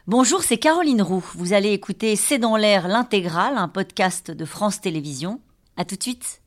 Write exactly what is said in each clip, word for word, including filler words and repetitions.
Bonjour, c'est Caroline Roux. Vous allez écouter C'est dans l'air l'intégrale, un podcast de France Télévisions. À tout de suite.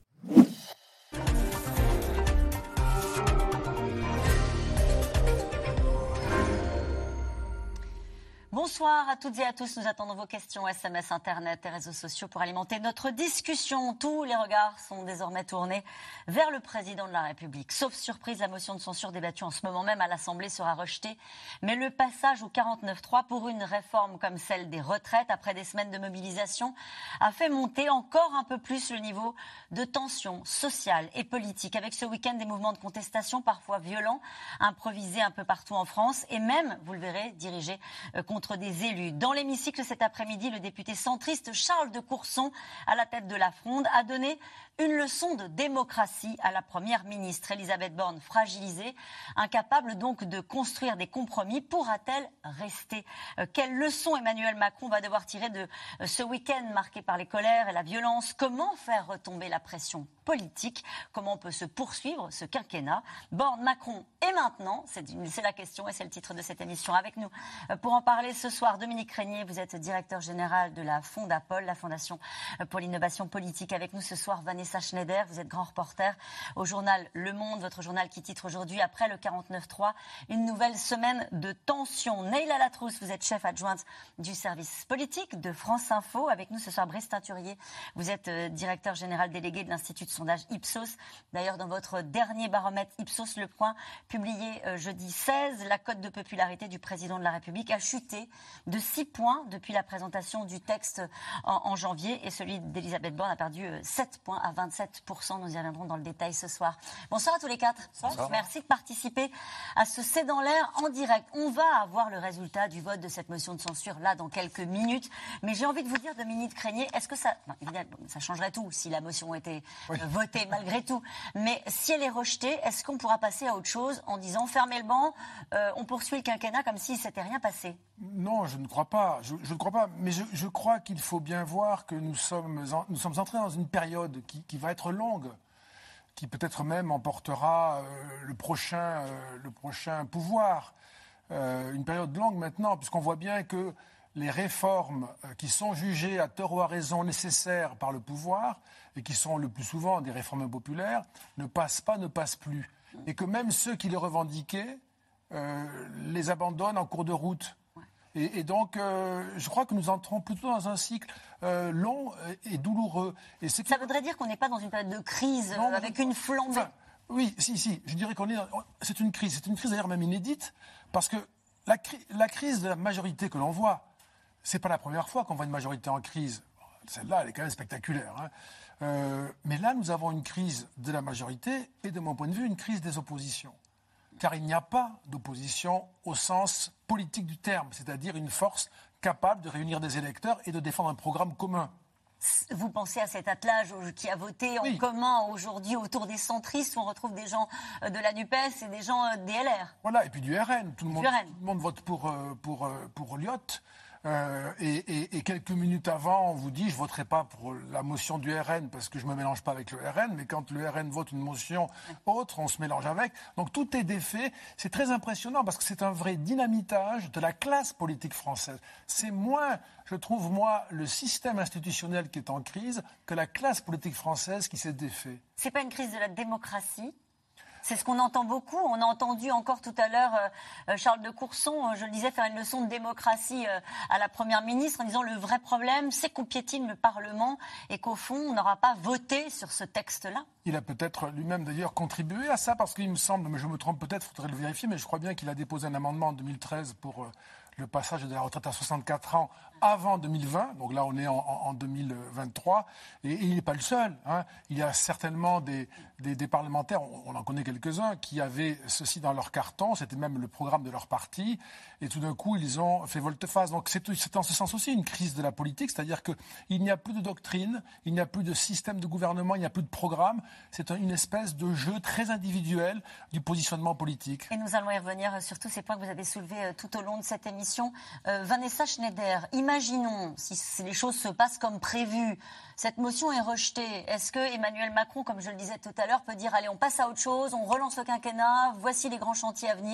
Bonsoir à toutes et à tous. Nous attendons vos questions, S M S, Internet et réseaux sociaux pour alimenter notre discussion. Tous les regards sont désormais tournés vers le président de la République. Sauf surprise, la motion de censure débattue en ce moment même à l'Assemblée sera rejetée. Mais le passage au quarante-neuf trois pour une réforme comme celle des retraites, après des semaines de mobilisation, a fait monter encore un peu plus le niveau de tension sociale et politique. Avec ce week-end des mouvements de contestation parfois violents, improvisés un peu partout en France et même, vous le verrez, dirigés euh, contre contre des élus. Dans l'hémicycle cet après-midi, le député centriste Charles de Courson, à la tête de la Fronde, a donné une leçon de démocratie à la première ministre. Elisabeth Borne, fragilisée, incapable donc de construire des compromis, pourra-t-elle rester ? euh, Quelle leçon Emmanuel Macron va devoir tirer de euh, ce week-end marqué par les colères et la violence ? Comment faire retomber la pression politique ? Comment on peut se poursuivre ce quinquennat ? Borne, Macron et maintenant, c'est, c'est la question et c'est le titre de cette émission. Avec nous euh, pour en parler ce soir, Dominique Régnier, vous êtes directeur général de la Fondapol, la Fondation pour l'innovation politique. Avec nous ce soir, Vanessa Schneider, vous êtes grand reporter au journal Le Monde, votre journal qui titre aujourd'hui, après le quarante-neuf trois, une nouvelle semaine de tension. Neila Latrousse, vous êtes chef adjointe du service politique de France Info. Avec nous ce soir, Brice Teinturier, vous êtes euh, directeur général délégué de l'Institut de sondage Ipsos. D'ailleurs, dans votre dernier baromètre Ipsos Le Point, publié euh, jeudi seize, la cote de popularité du président de la République a chuté de six points depuis la présentation du texte en, en janvier, et celui d'Elisabeth Borne a perdu sept points à vingt-sept pour cent. Nous y reviendrons dans le détail ce soir. Bonsoir à tous les quatre. Bonsoir. Merci de participer à ce C'est dans l'air en direct. On va avoir le résultat du vote de cette motion de censure là dans quelques minutes, mais j'ai envie de vous dire, Dominique Régnier, est-ce que ça, non, évidemment, ça changerait tout si la motion était oui. euh, votée malgré tout, mais si elle est rejetée, est-ce qu'on pourra passer à autre chose en disant fermez le banc, euh, on poursuit le quinquennat comme s'il ne s'était rien passé ? Non, je ne crois pas. Je, je ne crois pas. Mais je, je crois qu'il faut bien voir que nous sommes, en, nous sommes entrés dans une période qui, qui va être longue, qui peut-être même emportera euh, le, prochain, euh, le prochain pouvoir. Euh, une période longue maintenant, puisqu'on voit bien que les réformes euh, qui sont jugées à tort ou à raison nécessaires par le pouvoir, et qui sont le plus souvent des réformes impopulaires, ne passent pas, ne passent plus. Et que même ceux qui les revendiquaient euh, les abandonnent en cours de route. Et, et donc, euh, je crois que nous entrons plutôt dans un cycle euh, long et douloureux. Et c'est Ça voudrait dire qu'on n'est pas dans une période de crise non, avec une flambée. Enfin, oui, si, si. Je dirais qu'on est. C'est une crise. C'est une crise d'ailleurs même inédite, parce que la, la crise de la majorité que l'on voit, c'est pas la première fois qu'on voit une majorité en crise. Celle-là, elle est quand même spectaculaire. Hein. Euh, mais là, nous avons une crise de la majorité et, de mon point de vue, une crise des oppositions. Car il n'y a pas d'opposition au sens politique du terme, c'est-à-dire une force capable de réunir des électeurs et de défendre un programme commun. Vous pensez à cet attelage qui a voté en oui. commun aujourd'hui autour des centristes, où on retrouve des gens de la NUPES et des gens des L R. Voilà, et puis du R N. Tout le monde, tout le monde vote pour, pour, pour Lyotte. Euh, et, et, et quelques minutes avant, on vous dit, je ne voterai pas pour la motion du R N parce que je ne me mélange pas avec le R N, mais quand le R N vote une motion autre, on se mélange avec. Donc tout est défait. C'est très impressionnant parce que c'est un vrai dynamitage de la classe politique française. C'est moins, je trouve, moi, le système institutionnel qui est en crise que la classe politique française qui s'est défait. C'est pas une crise de la démocratie ? C'est ce qu'on entend beaucoup. On a entendu encore tout à l'heure euh, Charles de Courson, euh, je le disais, faire une leçon de démocratie euh, à la Première ministre en disant le vrai problème, c'est qu'on piétine le Parlement et qu'au fond, on n'aura pas voté sur ce texte-là. Il a peut-être lui-même d'ailleurs contribué à ça parce qu'il me semble, mais je me trompe peut-être, il faudrait le vérifier, mais je crois bien qu'il a déposé un amendement en deux mille treize pour euh, le passage de la retraite à soixante-quatre ans avant deux mille vingt. Donc là, on est en, en deux mille vingt-trois. Et, et il n'est pas le seul. Hein. Il y a certainement des, des, des parlementaires, on, on en connaît quelques-uns, qui avaient ceci dans leur carton. C'était même le programme de leur parti. Et tout d'un coup, ils ont fait volte-face. Donc c'est, c'est en ce sens aussi une crise de la politique. C'est-à-dire qu'il n'y a plus de doctrine, il n'y a plus de système de gouvernement, il n'y a plus de programme. C'est une espèce de jeu très individuel du positionnement politique. Et nous allons y revenir sur tous ces points que vous avez soulevés tout au long de cette émission. Euh, Vanessa Schneider, imaginons, si les choses se passent comme prévu, cette motion est rejetée. Est-ce que Emmanuel Macron, comme je le disais tout à l'heure, peut dire allez, on passe à autre chose, on relance le quinquennat, voici les grands chantiers à venir,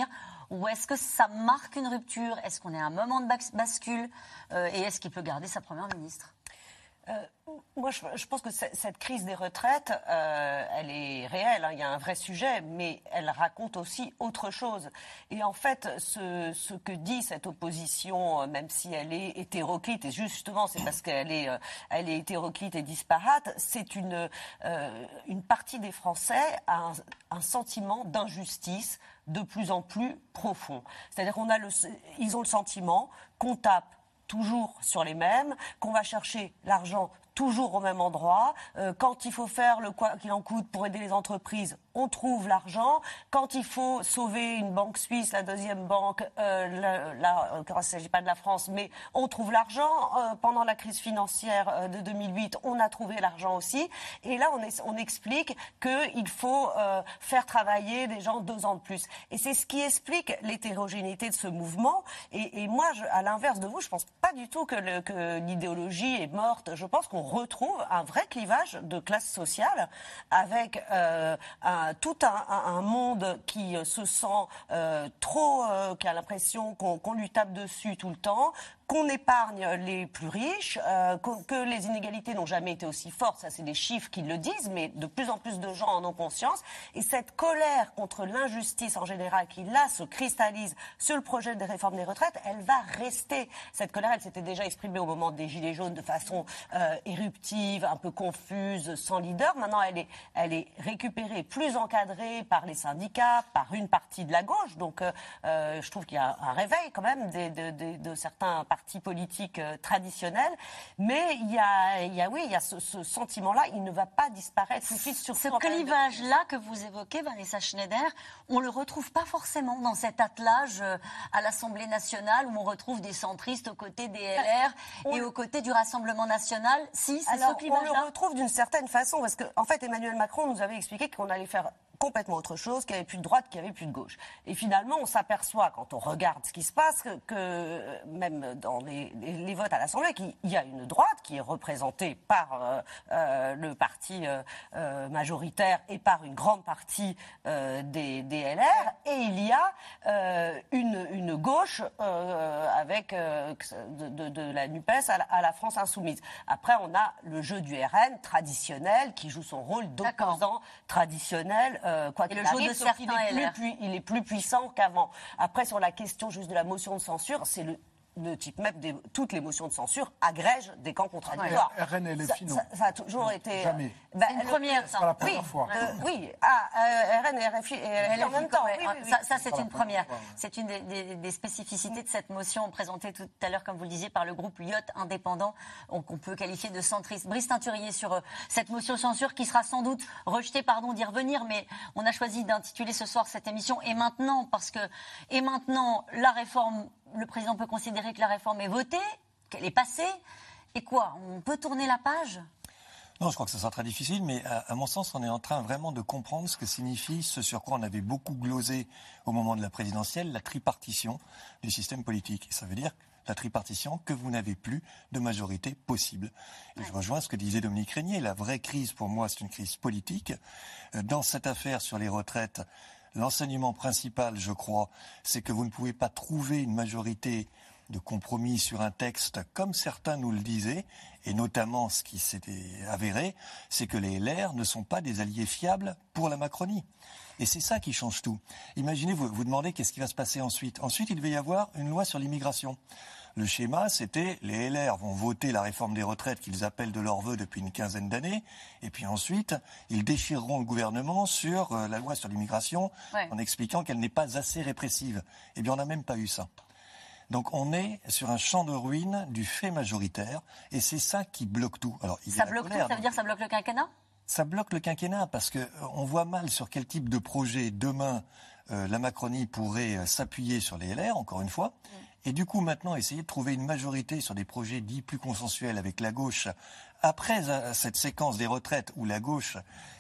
Ou est-ce que ça marque une rupture? Est-ce qu'on est à un moment de bascule? euh, Et est-ce qu'il peut garder sa première ministre? Euh, moi, je, je pense que cette crise des retraites, euh, elle est réelle, hein, il y a un vrai sujet, mais elle raconte aussi autre chose. Et en fait, ce, ce que dit cette opposition, même si elle est hétéroclite, et justement, c'est parce qu'elle est, elle est hétéroclite et disparate, c'est une, euh, une partie des Français a un, un sentiment d'injustice de plus en plus profond. C'est-à-dire qu'on a le, ils ont le sentiment qu'on tape toujours sur les mêmes, qu'on va chercher l'argent toujours au même endroit. Euh, quand il faut faire le quoi qu'il en coûte pour aider les entreprises, on trouve l'argent. Quand il faut sauver une banque suisse, la deuxième banque, euh, là, là, il ne s'agit pas de la France, mais on trouve l'argent. Euh, pendant la crise financière euh, de deux mille huit, on a trouvé l'argent aussi. Et là, on, est, on explique qu'il faut euh, faire travailler des gens deux ans de plus. Et c'est ce qui explique l'hétérogénéité de ce mouvement. Et, et moi, je, à l'inverse de vous, je ne pense pas du tout que, le, que l'idéologie est morte. Je pense qu'on retrouve un vrai clivage de classe sociale avec euh, un, tout un, un, un monde qui se sent euh, trop, euh, qui a l'impression qu'on, qu'on lui tape dessus tout le temps, qu'on épargne les plus riches, euh, que, que les inégalités n'ont jamais été aussi fortes, ça c'est des chiffres qui le disent, mais de plus en plus de gens en ont conscience. Et cette colère contre l'injustice en général qui là se cristallise sur le projet de réforme des retraites, elle va rester. Cette colère, elle s'était déjà exprimée au moment des Gilets jaunes de façon euh, éruptive, un peu confuse, sans leader. Maintenant, elle est, elle est récupérée, plus encadrée par les syndicats, par une partie de la gauche. Donc, euh, euh, je trouve qu'il y a un réveil quand même de, de, de, de certains partis politiques euh, traditionnels. Mais il y a, il y a oui, il y a ce, ce sentiment-là, il ne va pas disparaître tout de suite. Ce clivage-là que vous évoquez, Vanessa Schneider, on le retrouve pas forcément dans cet attelage euh, à l'Assemblée nationale où on retrouve des centristes aux côtés des L R on... et aux côtés du Rassemblement national. Si, c'est Alors, ce clivage-là. On le retrouve d'une certaine façon parce que, en fait, Emmanuel Macron nous avait expliqué qu'on allait faire complètement autre chose, qu'il n'y avait plus de droite, qu'il n'y avait plus de gauche. Et finalement, on s'aperçoit, quand on regarde ce qui se passe, que, que même dans les, les, les votes à l'Assemblée, qu'il y a une droite qui est représentée par euh, euh, le parti euh, euh, majoritaire et par une grande partie euh, des, des L R, et il y a euh, une, une gauche euh, avec euh, de, de, de la NUPES à la, à la France insoumise. Après, on a le jeu du R N traditionnel qui joue son rôle d'opposant traditionnel. Euh, quoi qu'il arrive, sauf qu'il est plus, il est plus puissant qu'avant. Après, sur la question juste de la motion de censure, c'est le le type même de toutes les motions de censure agrègent des camps contradictoires. Ouais, R N et L F I, non. Ça, ça, ça a toujours non, été... Jamais. Bah, c'est une le, première, ça. C'est la première oui, fois. Euh, oui. Ah, euh, R N et R F I, et L F I en même temps. Ouais, oui, oui, oui. Ça, ça c'est une première. Fois. C'est une des, des, des spécificités de cette motion présentée tout à l'heure, comme vous le disiez, par le groupe Lyot indépendant, qu'on peut qualifier de centriste. Brice Teinturier, sur euh, cette motion de censure qui sera sans doute rejetée, pardon d'y revenir, mais on a choisi d'intituler ce soir cette émission « Et maintenant », parce que « Et maintenant », la réforme... Le président peut considérer que la réforme est votée, qu'elle est passée. Et quoi? On peut tourner la page? Non, je crois que ça sera très difficile, mais à, à mon sens, on est en train vraiment de comprendre ce que signifie ce sur quoi on avait beaucoup glosé au moment de la présidentielle, la tripartition du système politique. Et ça veut dire la tripartition que vous n'avez plus de majorité possible. Et ouais. Je rejoins ce que disait Dominique Régnier. La vraie crise, pour moi, c'est une crise politique. Dans cette affaire sur les retraites, l'enseignement principal, je crois, c'est que vous ne pouvez pas trouver une majorité de compromis sur un texte comme certains nous le disaient, et notamment ce qui s'était avéré, c'est que les L R ne sont pas des alliés fiables pour la Macronie. Et c'est ça qui change tout. Imaginez, vous vous demandez qu'est-ce qui va se passer ensuite. Ensuite, il devait y avoir une loi sur l'immigration. Le schéma, c'était les L R vont voter la réforme des retraites qu'ils appellent de leur vœu depuis une quinzaine d'années, et puis ensuite, ils déchireront le gouvernement sur euh, la loi sur l'immigration, ouais. en expliquant qu'elle n'est pas assez répressive. Eh bien, on n'a même pas eu ça. Donc on est sur un champ de ruines du fait majoritaire, et c'est ça qui bloque tout. Alors, il ça bloque colère, tout, ça veut dire que ça bloque le quinquennat ? Ça bloque le quinquennat, parce que euh, on voit mal sur quel type de projet demain euh, la Macronie pourrait euh, s'appuyer sur les L R, encore une fois. Mm. Et du coup, maintenant, essayer de trouver une majorité sur des projets dits plus consensuels avec la gauche, après euh, cette séquence des retraites où la gauche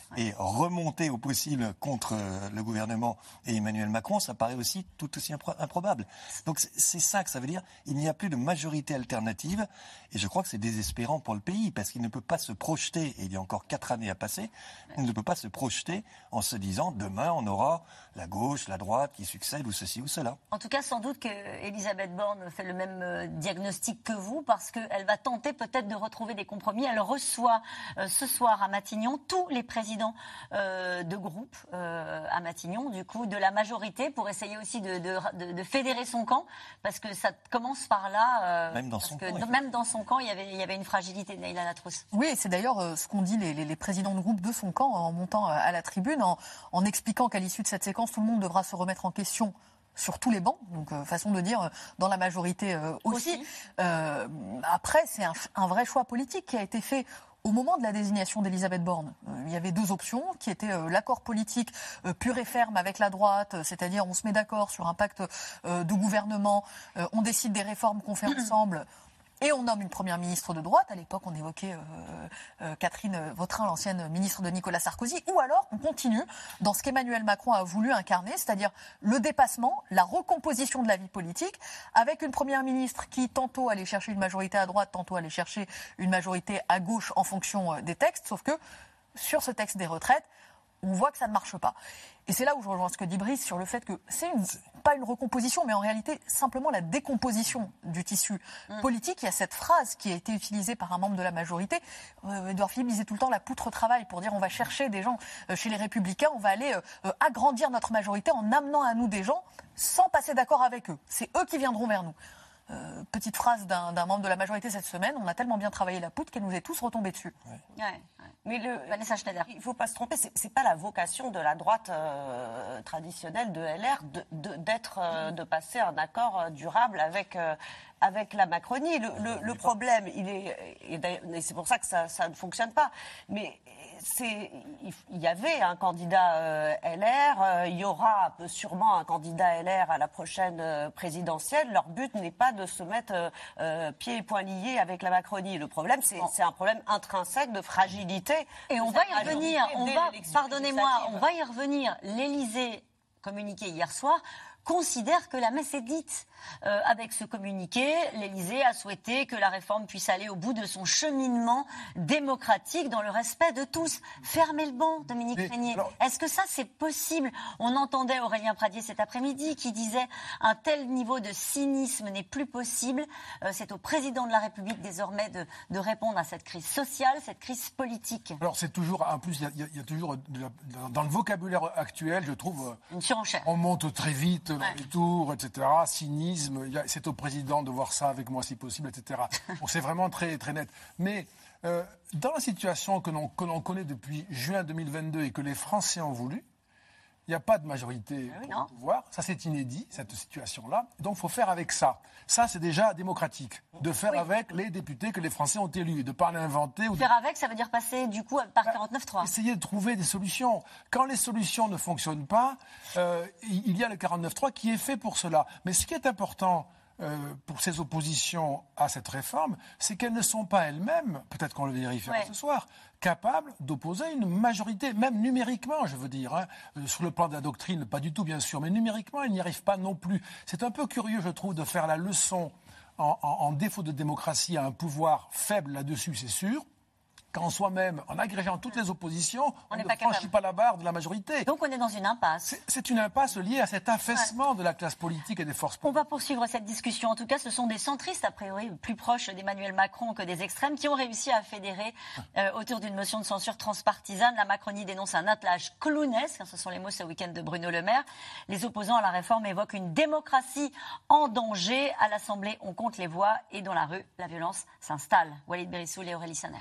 et remonter au possible contre le gouvernement et Emmanuel Macron, ça paraît aussi tout aussi impro- improbable. Donc c'est, c'est ça que ça veut dire. Il n'y a plus de majorité alternative et je crois que c'est désespérant pour le pays parce qu'il ne peut pas se projeter, et il y a encore quatre années à passer, il ne peut pas se projeter en se disant demain on aura la gauche, la droite qui succède ou ceci ou cela. En tout cas, sans doute qu'Elisabeth Borne fait le même euh, diagnostic que vous parce qu'elle va tenter peut-être de retrouver des compromis. Elle reçoit euh, ce soir à Matignon tous les présidents euh, de groupe euh, à Matignon, du coup, de la majorité pour essayer aussi de, de, de, de fédérer son camp parce que ça commence par là. Euh, même dans son que camp. Même dans son camp, il y avait, il y avait une fragilité, Neila Latrousse. Oui, c'est d'ailleurs euh, ce qu'ont dit les, les, les présidents de groupe de son camp en montant euh, à la tribune, en, en expliquant qu'à l'issue de cette séquence, tout le monde devra se remettre en question sur tous les bancs, donc euh, façon de dire, euh, dans la majorité euh, aussi. aussi. Euh, après, c'est un, un vrai choix politique qui a été fait au moment de la désignation d'Elisabeth Borne. Euh, il y avait deux options, qui étaient euh, l'accord politique euh, pur et ferme avec la droite, euh, c'est-à-dire on se met d'accord sur un pacte euh, de gouvernement, euh, on décide des réformes qu'on fait ensemble, et on nomme une première ministre de droite. À l'époque, on évoquait euh, euh, Catherine Vautrin, l'ancienne ministre de Nicolas Sarkozy. Ou alors, on continue dans ce qu'Emmanuel Macron a voulu incarner, c'est-à-dire le dépassement, la recomposition de la vie politique, avec une première ministre qui tantôt allait chercher une majorité à droite, tantôt allait chercher une majorité à gauche en fonction des textes. Sauf que, sur ce texte des retraites, on voit que ça ne marche pas. Et c'est là où je rejoins ce que dit Brice sur le fait que c'est une, pas une recomposition, mais en réalité simplement la décomposition du tissu mmh. politique. Il y a cette phrase qui a été utilisée par un membre de la majorité. Euh, Édouard Philippe disait tout le temps la poutre travail pour dire on va chercher des gens euh, chez les Républicains, on va aller euh, agrandir notre majorité en amenant à nous des gens sans passer d'accord avec eux. C'est eux qui viendront vers nous. Euh, petite phrase d'un, d'un membre de la majorité cette semaine, on a tellement bien travaillé la poutre qu'elle nous est tous retombée dessus. Ouais. Ouais. Mais le, Vanessa Schneider. Il ne faut pas se tromper, c'est, c'est pas la vocation de la droite euh, traditionnelle de L R de, de, d'être, euh, de passer un accord euh, durable avec, euh, avec la Macronie. Le, le, le problème, il est, et c'est pour ça que ça, ça ne fonctionne pas, mais c'est, il y avait un candidat euh, L R, euh, il y aura sûrement un candidat L R à la prochaine euh, présidentielle. Leur but n'est pas de se mettre euh, euh, pieds et poings liés avec la Macronie. Le problème, c'est, c'est un problème intrinsèque de fragilité. Et on va y revenir. On va, pardonnez-moi, on va y revenir. L'Élysée, communiqué hier soir, considère que la messe est dite. Euh, avec ce communiqué, l'Élysée a souhaité que la réforme puisse aller au bout de son cheminement démocratique dans le respect de tous. Fermez le banc, Dominique Mais, Régnier. Alors... Est-ce que ça, c'est possible ? On entendait Aurélien Pradier cet après-midi qui disait un tel niveau de cynisme n'est plus possible. Euh, c'est au président de la République désormais de, de répondre à cette crise sociale, cette crise politique. Alors c'est toujours, en plus, il y, y, y a toujours, de la, dans le vocabulaire actuel, je trouve... Une surenchère. On monte très vite dans ouais. les tours, et cetera. Cynisme. C'est au président de voir ça avec moi si possible, et cetera. Bon, c'est vraiment très, très net. Mais euh, dans la situation que l'on, que l'on connaît depuis juin deux mille vingt-deux et que les Français ont voulu, il n'y a pas de majorité ah oui, pour le pouvoir. Ça, c'est inédit, cette situation-là. Donc, il faut faire avec ça. Ça, c'est déjà démocratique. De faire oui. avec les députés que les Français ont élus. De ne pas l'inventer. Ou faire de... avec, ça veut dire passer, du coup, par quarante-neuf trois. Essayer de trouver des solutions. Quand les solutions ne fonctionnent pas, euh, il y a le quarante-neuf trois qui est fait pour cela. Mais ce qui est important... Euh, pour ces oppositions à cette réforme, c'est qu'elles ne sont pas elles-mêmes, peut-être qu'on le vérifiera ouais. ce soir, capables d'opposer une majorité, même numériquement, je veux dire. Hein. Euh, sur le plan de la doctrine, pas du tout, bien sûr, mais numériquement, elles n'y arrivent pas non plus. C'est un peu curieux, je trouve, de faire la leçon en, en, en défaut de démocratie à un pouvoir faible là-dessus, c'est sûr. Quand soi-même, en agrégeant toutes les oppositions, on, on ne pas franchit capable. pas la barre de la majorité. Donc on est dans une impasse. C'est, c'est une impasse liée à cet affaissement ouais. de la classe politique et des forces politiques. On va poursuivre cette discussion. En tout cas, ce sont des centristes, a priori, plus proches d'Emmanuel Macron que des extrêmes, qui ont réussi à fédérer euh, autour d'une motion de censure transpartisane. La Macronie dénonce un attelage clownesque, ce sont les mots ce week-end de Bruno Le Maire. Les opposants à la réforme évoquent une démocratie en danger. À l'Assemblée, on compte les voix et dans la rue, la violence s'installe. Walid Berissoul et Aurélie Saner.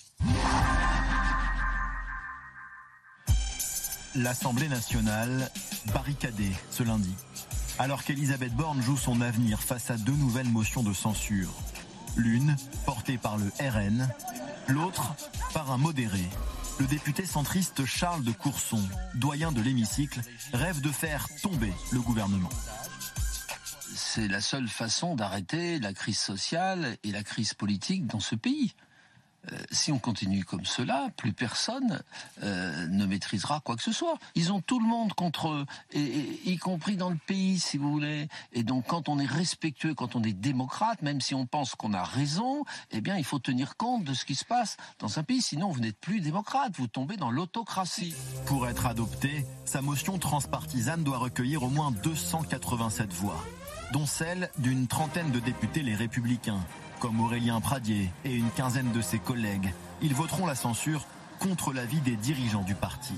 L'Assemblée nationale barricadée ce lundi, alors qu'Elisabeth Borne joue son avenir face à deux nouvelles motions de censure. L'une portée par le R N, l'autre par un modéré. Le député centriste Charles de Courson, doyen de l'hémicycle, rêve de faire tomber le gouvernement. C'est la seule façon d'arrêter la crise sociale et la crise politique dans ce pays. Euh, si on continue comme cela, plus personne euh, ne maîtrisera quoi que ce soit. Ils ont tout le monde contre eux, et, et, y compris dans le pays, si vous voulez. Et donc, quand on est respectueux, quand on est démocrate, même si on pense qu'on a raison, eh bien, il faut tenir compte de ce qui se passe dans un pays. Sinon, vous n'êtes plus démocrate, vous tombez dans l'autocratie. Pour être adoptée, sa motion transpartisane doit recueillir au moins deux cent quatre-vingt-sept voix, dont celle d'une trentaine de députés les Républicains, comme Aurélien Pradier et une quinzaine de ses collègues. Ils voteront la censure contre l'avis des dirigeants du parti.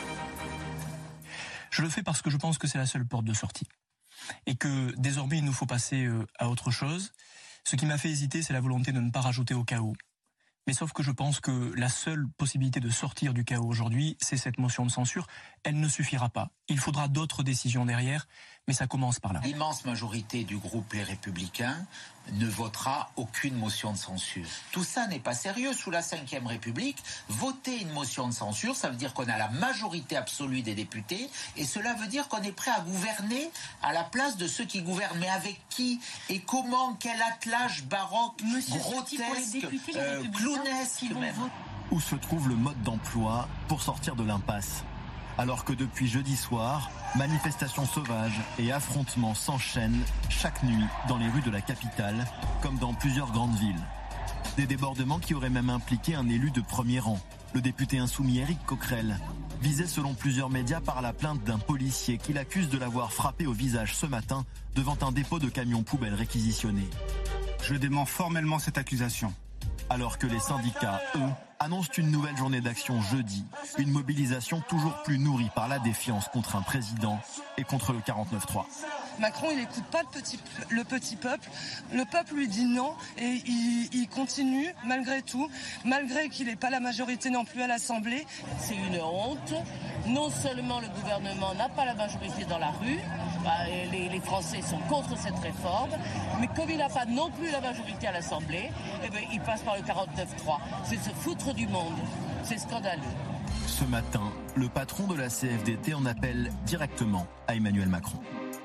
Je le fais parce que je pense que c'est la seule porte de sortie. Et que désormais, il nous faut passer à autre chose. Ce qui m'a fait hésiter, c'est la volonté de ne pas rajouter au chaos. Mais sauf que je pense que la seule possibilité de sortir du chaos aujourd'hui, c'est cette motion de censure. Elle ne suffira pas. Il faudra d'autres décisions derrière, mais ça commence par là. L'immense majorité du groupe Les Républicains ne votera aucune motion de censure. Tout ça n'est pas sérieux. Sous la cinquième République, voter une motion de censure, ça veut dire qu'on a la majorité absolue des députés, et cela veut dire qu'on est prêt à gouverner à la place de ceux qui gouvernent. Mais avec qui et comment? Quel attelage baroque, Monsieur grotesque, euh, clownesque même. Où se trouve le mode d'emploi pour sortir de l'impasse? Alors que depuis jeudi soir, manifestations sauvages et affrontements s'enchaînent chaque nuit dans les rues de la capitale, comme dans plusieurs grandes villes. Des débordements qui auraient même impliqué un élu de premier rang, le député insoumis Éric Coquerel, visé selon plusieurs médias par la plainte d'un policier qui l'accuse de l'avoir frappé au visage ce matin devant un dépôt de camions poubelles réquisitionné. Je dément formellement cette accusation. Alors que les syndicats, eux, annoncent une nouvelle journée d'action jeudi, une mobilisation toujours plus nourrie par la défiance contre un président et contre le quarante-neuf trois. Macron, il n'écoute pas le petit, le petit peuple. Le peuple lui dit non et il, il continue malgré tout, malgré qu'il n'ait pas la majorité non plus à l'Assemblée. C'est une honte. Non seulement le gouvernement n'a pas la majorité dans la rue, bah, les, les Français sont contre cette réforme, mais comme il n'a pas non plus la majorité à l'Assemblée, eh bien, il passe par le quarante-neuf trois. C'est se foutre du monde. C'est scandaleux. Ce matin, le patron de la C F D T en appelle directement à Emmanuel Macron.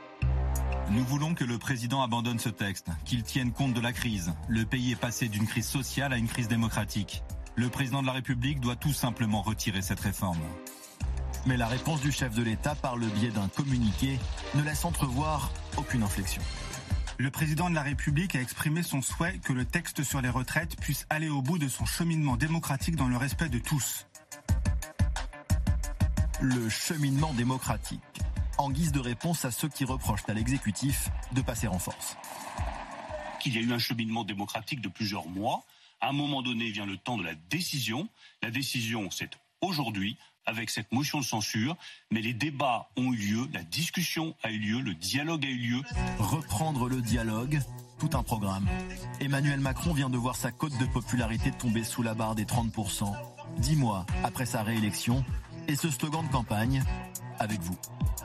Nous voulons que le président abandonne ce texte, qu'il tienne compte de la crise. Le pays est passé d'une crise sociale à une crise démocratique. Le président de la République doit tout simplement retirer cette réforme. Mais la réponse du chef de l'État par le biais d'un communiqué ne laisse entrevoir aucune inflexion. Le président de la République a exprimé son souhait que le texte sur les retraites puisse aller au bout de son cheminement démocratique dans le respect de tous. Le cheminement démocratique, en guise de réponse à ceux qui reprochent à l'exécutif de passer en force. Qu'il y a eu un cheminement démocratique de plusieurs mois. À un moment donné vient le temps de la décision. La décision, c'est aujourd'hui, avec cette motion de censure, mais les débats ont eu lieu, la discussion a eu lieu, le dialogue a eu lieu. Reprendre le dialogue, tout un programme. Emmanuel Macron vient de voir sa cote de popularité tomber sous la barre des trente pour cent, dix mois après sa réélection, et ce slogan de campagne, avec vous.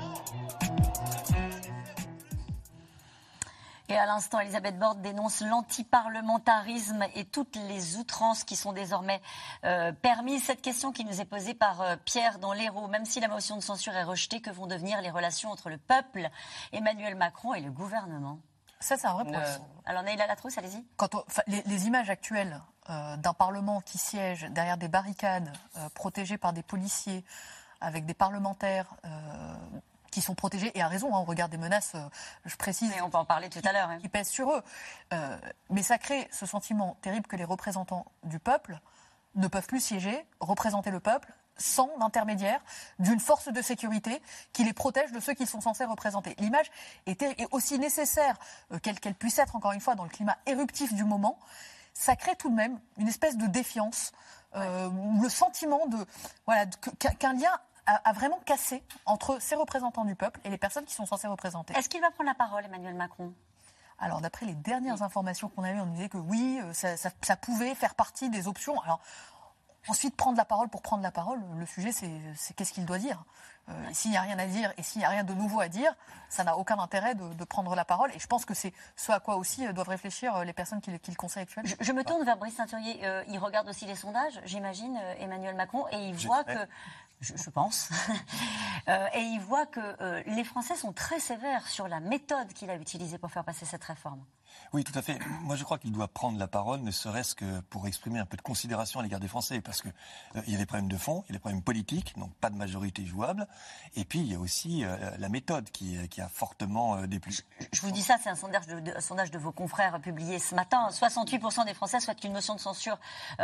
Et à l'instant, Elisabeth Borne dénonce l'antiparlementarisme et toutes les outrances qui sont désormais euh, permises. Cette question qui nous est posée par euh, Pierre dans l'Hérault. Même si la motion de censure est rejetée, que vont devenir les relations entre le peuple, Emmanuel Macron et le gouvernement? Ça, c'est un vrai problème. Euh, alors, Naïla Latrousse, allez-y. Quand on, les, les images actuelles euh, d'un Parlement qui siège derrière des barricades, euh, protégé par des policiers, avec des parlementaires... Euh, qui sont protégés, et à raison, hein, on regarde des menaces, euh, je précise... Et on peut en parler tout à l'heure. Hein. Qui pèsent sur eux. Euh, mais ça crée ce sentiment terrible que les représentants du peuple ne peuvent plus siéger, représenter le peuple, sans l'intermédiaire d'une force de sécurité qui les protège de ceux qu'ils sont censés représenter. L'image est, est aussi nécessaire euh, qu'elle, qu'elle puisse être, encore une fois, dans le climat éruptif du moment. Ça crée tout de même une espèce de défiance, euh, le sentiment de, voilà, qu'un lien... a vraiment cassé entre ces représentants du peuple et les personnes qui sont censées représenter. Est-ce qu'il va prendre la parole, Emmanuel Macron ? Alors, d'après les dernières informations qu'on a eues, on disait que oui, ça, ça, ça pouvait faire partie des options. Alors, ensuite, prendre la parole pour prendre la parole, le sujet, c'est, c'est qu'est-ce qu'il doit dire ? Euh, s'il n'y a rien à dire et s'il n'y a rien de nouveau à dire, ça n'a aucun intérêt de, de prendre la parole. Et je pense que c'est ce à quoi aussi doivent réfléchir les personnes qui, qui le conseillent actuellement. Je, je me tourne vers Brice Saint-Thurier. Euh, il regarde aussi les sondages, j'imagine, euh, Emmanuel Macron, et il voit que... Je, je pense. euh, et il voit que euh, les Français sont très sévères sur la méthode qu'il a utilisée pour faire passer cette réforme. Oui, tout à fait. Moi, je crois qu'il doit prendre la parole, ne serait-ce que pour exprimer un peu de considération à l'égard des Français, parce que euh, il y a des problèmes de fond, il y a des problèmes politiques, donc pas de majorité jouable, et puis il y a aussi euh, la méthode qui, qui a fortement euh, déplu. Je, je vous dis ça, c'est un sondage de, de, un sondage de vos confrères publié ce matin. soixante-huit pour cent des Français souhaitent qu'une motion de censure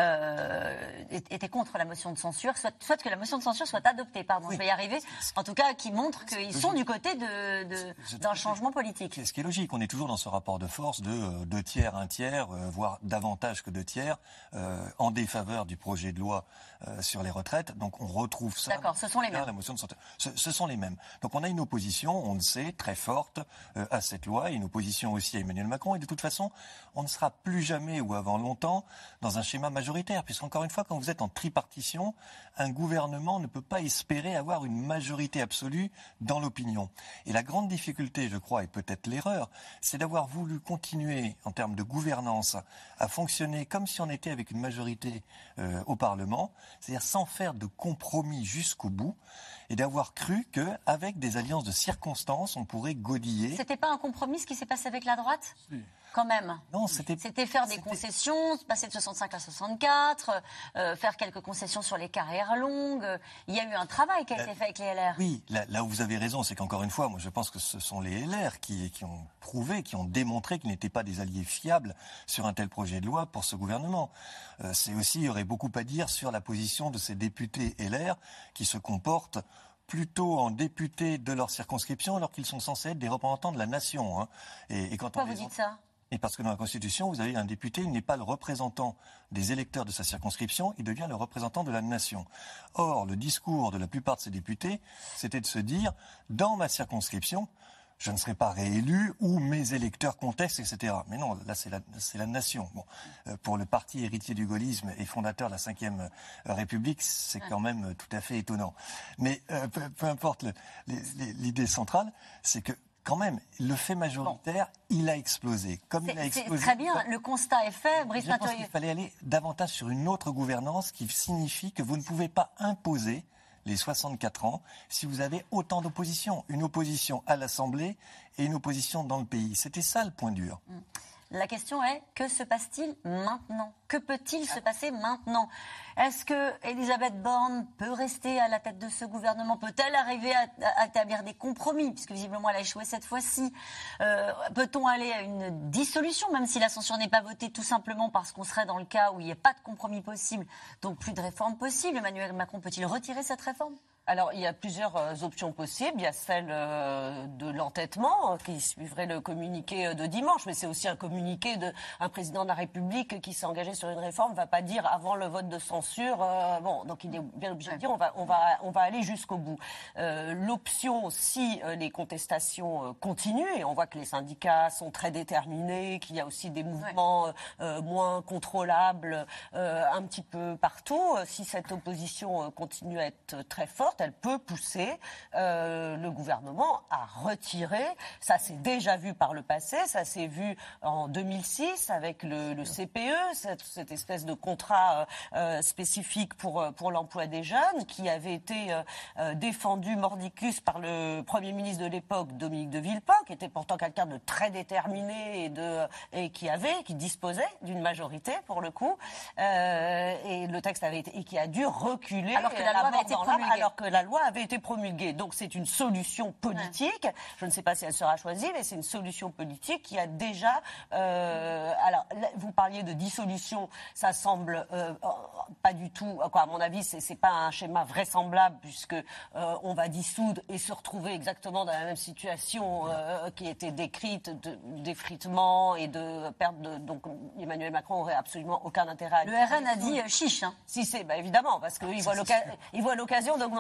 euh, était contre la motion de censure, souhaitent, souhaitent que la motion de censure soit adoptée. Pardon, oui. Je vais y arriver. En tout cas, qui montre qu'ils sont du côté de, de, d'un changement politique. C'est ce qui est logique. On est toujours dans ce rapport de force de euh, deux tiers, un tiers, euh, voire davantage que deux tiers, euh, en défaveur du projet de loi euh, sur les retraites. Donc on retrouve ça. D'accord, ce sont les mêmes. La motion de censure. Ce, ce sont les mêmes. Donc on a une opposition, on le sait, très forte euh, à cette loi, et une opposition aussi à Emmanuel Macron. Et de toute façon, on ne sera plus jamais ou avant longtemps dans un schéma majoritaire, puisqu'encore une fois, quand vous êtes en tripartition, un gouvernement ne peut pas espérer avoir une majorité absolue dans l'opinion. Et la grande difficulté, je crois, et peut-être l'erreur, c'est d'avoir voulu continuer, en termes de gouvernance, à fonctionner comme si on était avec une majorité euh, au Parlement, c'est-à-dire sans faire de compromis jusqu'au bout, et d'avoir cru qu'avec des alliances de circonstances, on pourrait godiller. C'était pas un compromis ce qui s'est passé avec la droite ? Si. Quand même. Non, c'était... C'était faire des concessions, passer de soixante-cinq à soixante-quatre, euh, faire quelques concessions sur les carrières longues. Il y a eu un travail qui a euh, été fait avec les L R. Oui, là, là où vous avez raison, c'est qu'encore une fois, moi je pense que ce sont les L R qui, qui ont prouvé, qui ont démontré qu'ils n'étaient pas des alliés fiables sur un tel projet de loi pour ce gouvernement. Euh, c'est aussi, il y aurait beaucoup à dire sur la position de ces députés L R qui se comportent plutôt en députés de leur circonscription alors qu'ils sont censés être des représentants de la nation. Hein. Et, et quand Pourquoi on vous les... dites ça ? Et parce que dans la Constitution, vous avez un député, il n'est pas le représentant des électeurs de sa circonscription, il devient le représentant de la nation. Or, le discours de la plupart de ces députés, c'était de se dire, dans ma circonscription, je ne serai pas réélu ou mes électeurs contestent, et cetera. Mais non, là, c'est la, c'est la nation. Bon, euh, pour le parti héritier du gaullisme et fondateur de la cinquième euh, République, c'est quand même euh, tout à fait étonnant. Mais euh, peu, peu importe, le, les, l'idée centrale, c'est que quand même, le fait majoritaire, bon. il a explosé. Comme c'est, il a explosé. C'est très bien, le constat est fait. Brice Je pense qu'il fallait aller davantage sur une autre gouvernance qui signifie que vous ne pouvez pas imposer les soixante-quatre ans si vous avez autant d'opposition. Une opposition à l'Assemblée et une opposition dans le pays. C'était ça le point dur. La question est, que se passe-t-il maintenant ? Que peut-il se passer maintenant ? Est-ce que Elisabeth Borne peut rester à la tête de ce gouvernement ? Peut-elle arriver à, à établir des compromis ? Puisque visiblement elle a échoué cette fois-ci. Euh, peut-on aller à une dissolution, même si la censure n'est pas votée, tout simplement parce qu'on serait dans le cas où il n'y a pas de compromis possible, donc plus de réforme possible ? Emmanuel Macron peut-il retirer cette réforme ? Alors, il y a plusieurs euh, options possibles. Il y a celle euh, de l'entêtement, euh, qui suivrait le communiqué de dimanche. Mais c'est aussi un communiqué d'un président de la République qui s'est engagé sur une réforme. Ne va pas dire avant le vote de censure. Euh, bon, donc il est bien obligé de dire on va, on va, on va aller jusqu'au bout. Euh, L'option, si euh, les contestations euh, continuent, et on voit que les syndicats sont très déterminés, qu'il y a aussi des mouvements ouais. euh, moins contrôlables euh, un petit peu partout, euh, si cette opposition euh, continue à être très forte, elle peut pousser euh, le gouvernement à retirer. Ça s'est déjà vu par le passé, ça s'est vu en deux mille six avec le, le C P E, cette, cette espèce de contrat euh, spécifique pour, pour l'emploi des jeunes qui avait été euh, défendu mordicus par le Premier ministre de l'époque, Dominique de Villepin, qui était pourtant quelqu'un de très déterminé et, de, et qui avait, qui disposait d'une majorité pour le coup. Euh, et le texte avait été, et qui a dû reculer. Alors que la loi avait été promulguée. Alors que la loi avait été promulguée. Donc c'est une solution politique. Ouais. Je ne sais pas si elle sera choisie, mais c'est une solution politique qui a déjà... Euh, alors, là, vous parliez de dissolution, ça semble euh, pas du tout... Quoi, à mon avis, c'est, c'est pas un schéma vraisemblable, puisque euh, on va dissoudre et se retrouver exactement dans la même situation euh, qui était décrite, de, d'effritement et de perte de... Donc Emmanuel Macron aurait absolument aucun intérêt à... Le R N a dit euh, chiche. Hein. Si c'est, bah, évidemment, parce qu'il voit, l'oca- il voit l'occasion d'augmenter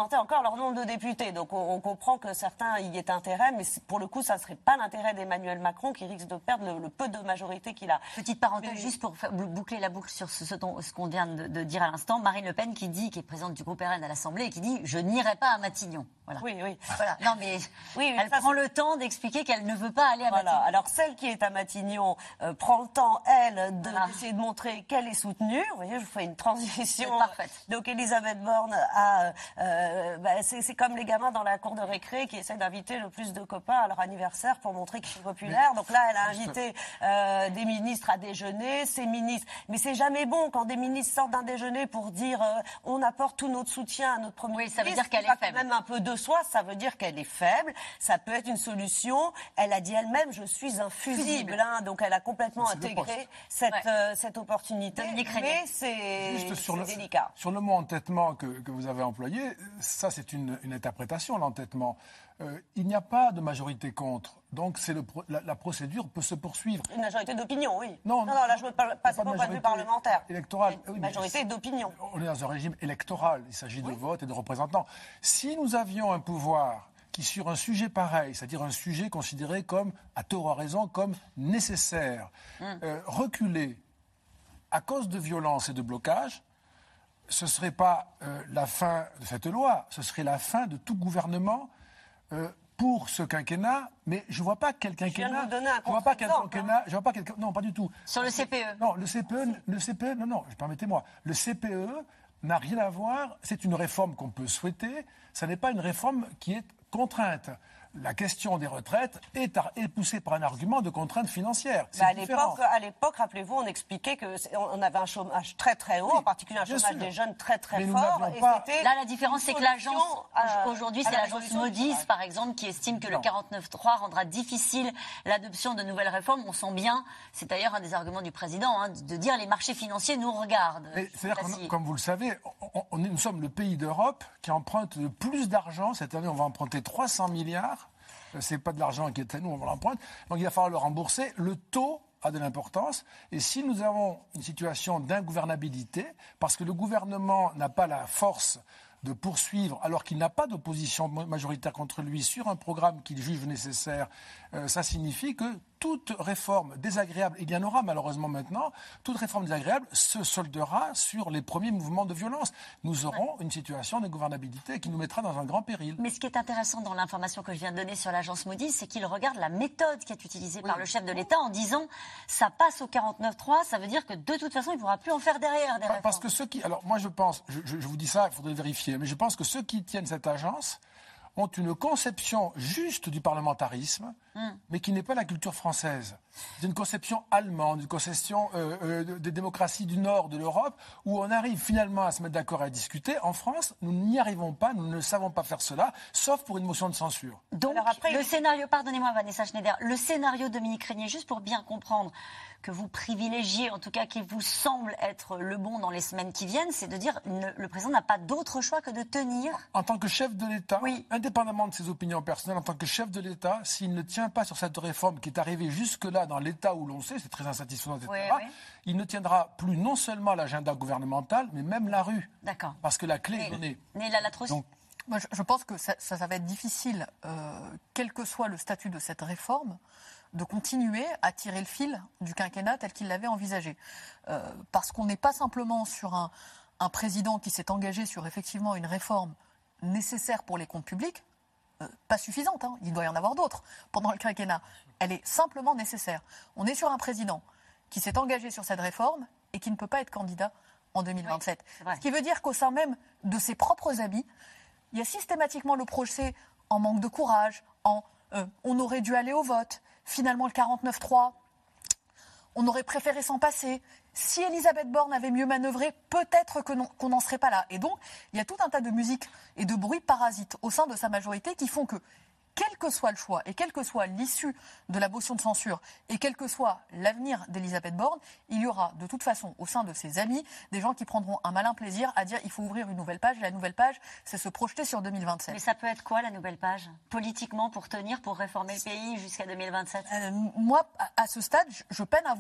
augmenter encore leur nombre de députés. Donc on, on comprend que certains y aient intérêt, mais pour le coup, ça ne serait pas l'intérêt d'Emmanuel Macron qui risque de perdre le, le peu de majorité qu'il a. Petite parenthèse, mais... juste pour faire, boucler la boucle sur ce, ce, ce qu'on vient de, de dire à l'instant, Marine Le Pen qui dit, qui est présidente du groupe R N à l'Assemblée et qui dit « je n'irai pas à Matignon ». Voilà. Oui, oui. Voilà. Non, mais oui, elle ça, prend le temps d'expliquer qu'elle ne veut pas aller à voilà. Matignon. Alors celle qui est à Matignon euh, prend le temps, elle, de, voilà. d'essayer de montrer qu'elle est soutenue. Vous voyez, je vous fais une transition. Parfaite. Donc Elisabeth Borne a, euh, bah, c'est, c'est comme les gamins dans la cour de récré qui essaient d'inviter le plus de copains à leur anniversaire pour montrer qu'ils sont populaires. Donc là, elle a invité euh, des ministres à déjeuner, ces ministres. Mais c'est jamais bon quand des ministres sortent d'un déjeuner pour dire euh, on apporte tout notre soutien à notre premier oui, ministre. Ça veut dire qu'elle est faible. Même un peu de soi, ça veut dire qu'elle est faible. Ça peut être une solution. Elle a dit elle-même, je suis infusible. Hein, donc elle a complètement c'est intégré cette, ouais. euh, cette opportunité. Mais c'est, Juste sur c'est le, délicat. Sur le mot entêtement que, que vous avez employé, ça c'est une, une interprétation, l'entêtement. Euh, il n'y a pas de majorité contre. Donc c'est le, la, la procédure peut se poursuivre. Une majorité d'opinion, oui. Non, non, non là je ne parle pas, pas de point de vue parlementaire. Électorale. Une oui, majorité d'opinion. On est dans un régime électoral. Il s'agit oui. de vote et de représentants. Si nous avions un pouvoir qui, sur un sujet pareil, c'est-à-dire un sujet considéré comme, à tort ou à raison, comme nécessaire, mm. euh, reculer à cause de violence et de blocage, ce ne serait pas euh, la fin de cette loi, ce serait la fin de tout gouvernement euh, pour ce quinquennat, mais je ne vois pas quel quinquennat. Je viens de je vois pas quel quinquennat. Je vois pas quel, non, pas du tout. Sur le C P E. Non, le C P E, le C P E, non, non, permettez-moi. Le C P E n'a rien à voir. C'est une réforme qu'on peut souhaiter. Ça n'est pas une réforme qui est contrainte. La question des retraites est, à, est poussée par un argument de contrainte financière. Bah à, l'époque, à l'époque, rappelez-vous, on expliquait qu'on avait un chômage très très haut, oui, en particulier un chômage sûr. des jeunes très très Mais fort. Et pas... Là, la différence, c'est que l'agence, euh, aujourd'hui, c'est l'agence Moody's, par exemple, qui estime que non. le quarante-neuf trois rendra difficile l'adoption de nouvelles réformes. On sent bien, c'est d'ailleurs un des arguments du président, hein, de dire les marchés financiers nous regardent. Mais c'est-à-dire que, comme vous le savez, on, on est, nous sommes le pays d'Europe qui emprunte le plus d'argent. Cette année, on va emprunter trois cents milliards. C'est pas de l'argent qui est à nous, on va l'emprunter. Donc il va falloir le rembourser. Le taux a de l'importance. Et si nous avons une situation d'ingouvernabilité, parce que le gouvernement n'a pas la force de poursuivre, alors qu'il n'a pas d'opposition majoritaire contre lui sur un programme qu'il juge nécessaire, euh, ça signifie que toute réforme désagréable, il y en aura malheureusement maintenant, toute réforme désagréable se soldera sur les premiers mouvements de violence. Nous aurons une situation d'ingouvernabilité qui nous mettra dans un grand péril. Mais ce qui est intéressant dans l'information que je viens de donner sur l'agence Moody's, c'est qu'il regarde la méthode qui est utilisée oui. par le chef de l'État en disant ça passe au quarante-neuf trois, ça veut dire que de toute façon il ne pourra plus en faire derrière des réformes. Parce que ceux qui... Alors moi je pense, je, je, je vous dis ça, il faudrait vérifier, mais je pense que ceux qui tiennent cette agence ont une conception juste du parlementarisme, mm. mais qui n'est pas la culture française. C'est une conception allemande, une conception euh, euh, des démocraties du nord de l'Europe, où on arrive finalement à se mettre d'accord et à discuter. En France, nous n'y arrivons pas, nous ne savons pas faire cela, sauf pour une motion de censure. Donc, alors après, le scénario, pardonnez-moi Vanessa Schneider, le scénario de Dominique Régnier, juste pour bien comprendre que vous privilégiez, en tout cas qui vous semble être le bon dans les semaines qui viennent, c'est de dire ne, le président n'a pas d'autre choix que de tenir. En tant que chef de l'État, oui. indépendamment de ses opinions personnelles, en tant que chef de l'État, s'il ne tient pas sur cette réforme qui est arrivée jusque-là dans l'État où l'on sait, c'est très insatisfaisant, et cetera, oui, oui. il ne tiendra plus non seulement l'agenda gouvernemental, mais même la rue. D'accord. Parce que la clé mais, est donnée. Mais la Latros... Donc, moi, je, je pense que ça, ça, ça va être difficile, euh, quel que soit le statut de cette réforme, de continuer à tirer le fil du quinquennat tel qu'il l'avait envisagé. Euh, parce qu'on n'est pas simplement sur un, un président qui s'est engagé sur effectivement une réforme nécessaire pour les comptes publics, euh, pas suffisante, hein, il doit y en avoir d'autres pendant le quinquennat. Elle est simplement nécessaire. On est sur un président qui s'est engagé sur cette réforme et qui ne peut pas être candidat en deux mille vingt-sept. Oui, ce qui veut dire qu'au sein même de ses propres amis, il y a systématiquement le procès en manque de courage, en euh, on aurait dû aller au vote. Finalement, le quarante-neuf trois, on aurait préféré s'en passer. Si Elisabeth Borne avait mieux manœuvré, peut-être que non, qu'on n'en serait pas là. Et donc, il y a tout un tas de musiques et de bruits parasites au sein de sa majorité qui font que, quel que soit le choix et quelle que soit l'issue de la motion de censure et quel que soit l'avenir d'Elisabeth Borne, il y aura de toute façon au sein de ses amis des gens qui prendront un malin plaisir à dire il faut ouvrir une nouvelle page. Et la nouvelle page, c'est se projeter sur deux mille vingt-sept. Mais ça peut être quoi la nouvelle page ? Politiquement, pour tenir, pour réformer le pays jusqu'à deux mille vingt-sept ? euh, Moi, à ce stade, je peine à voir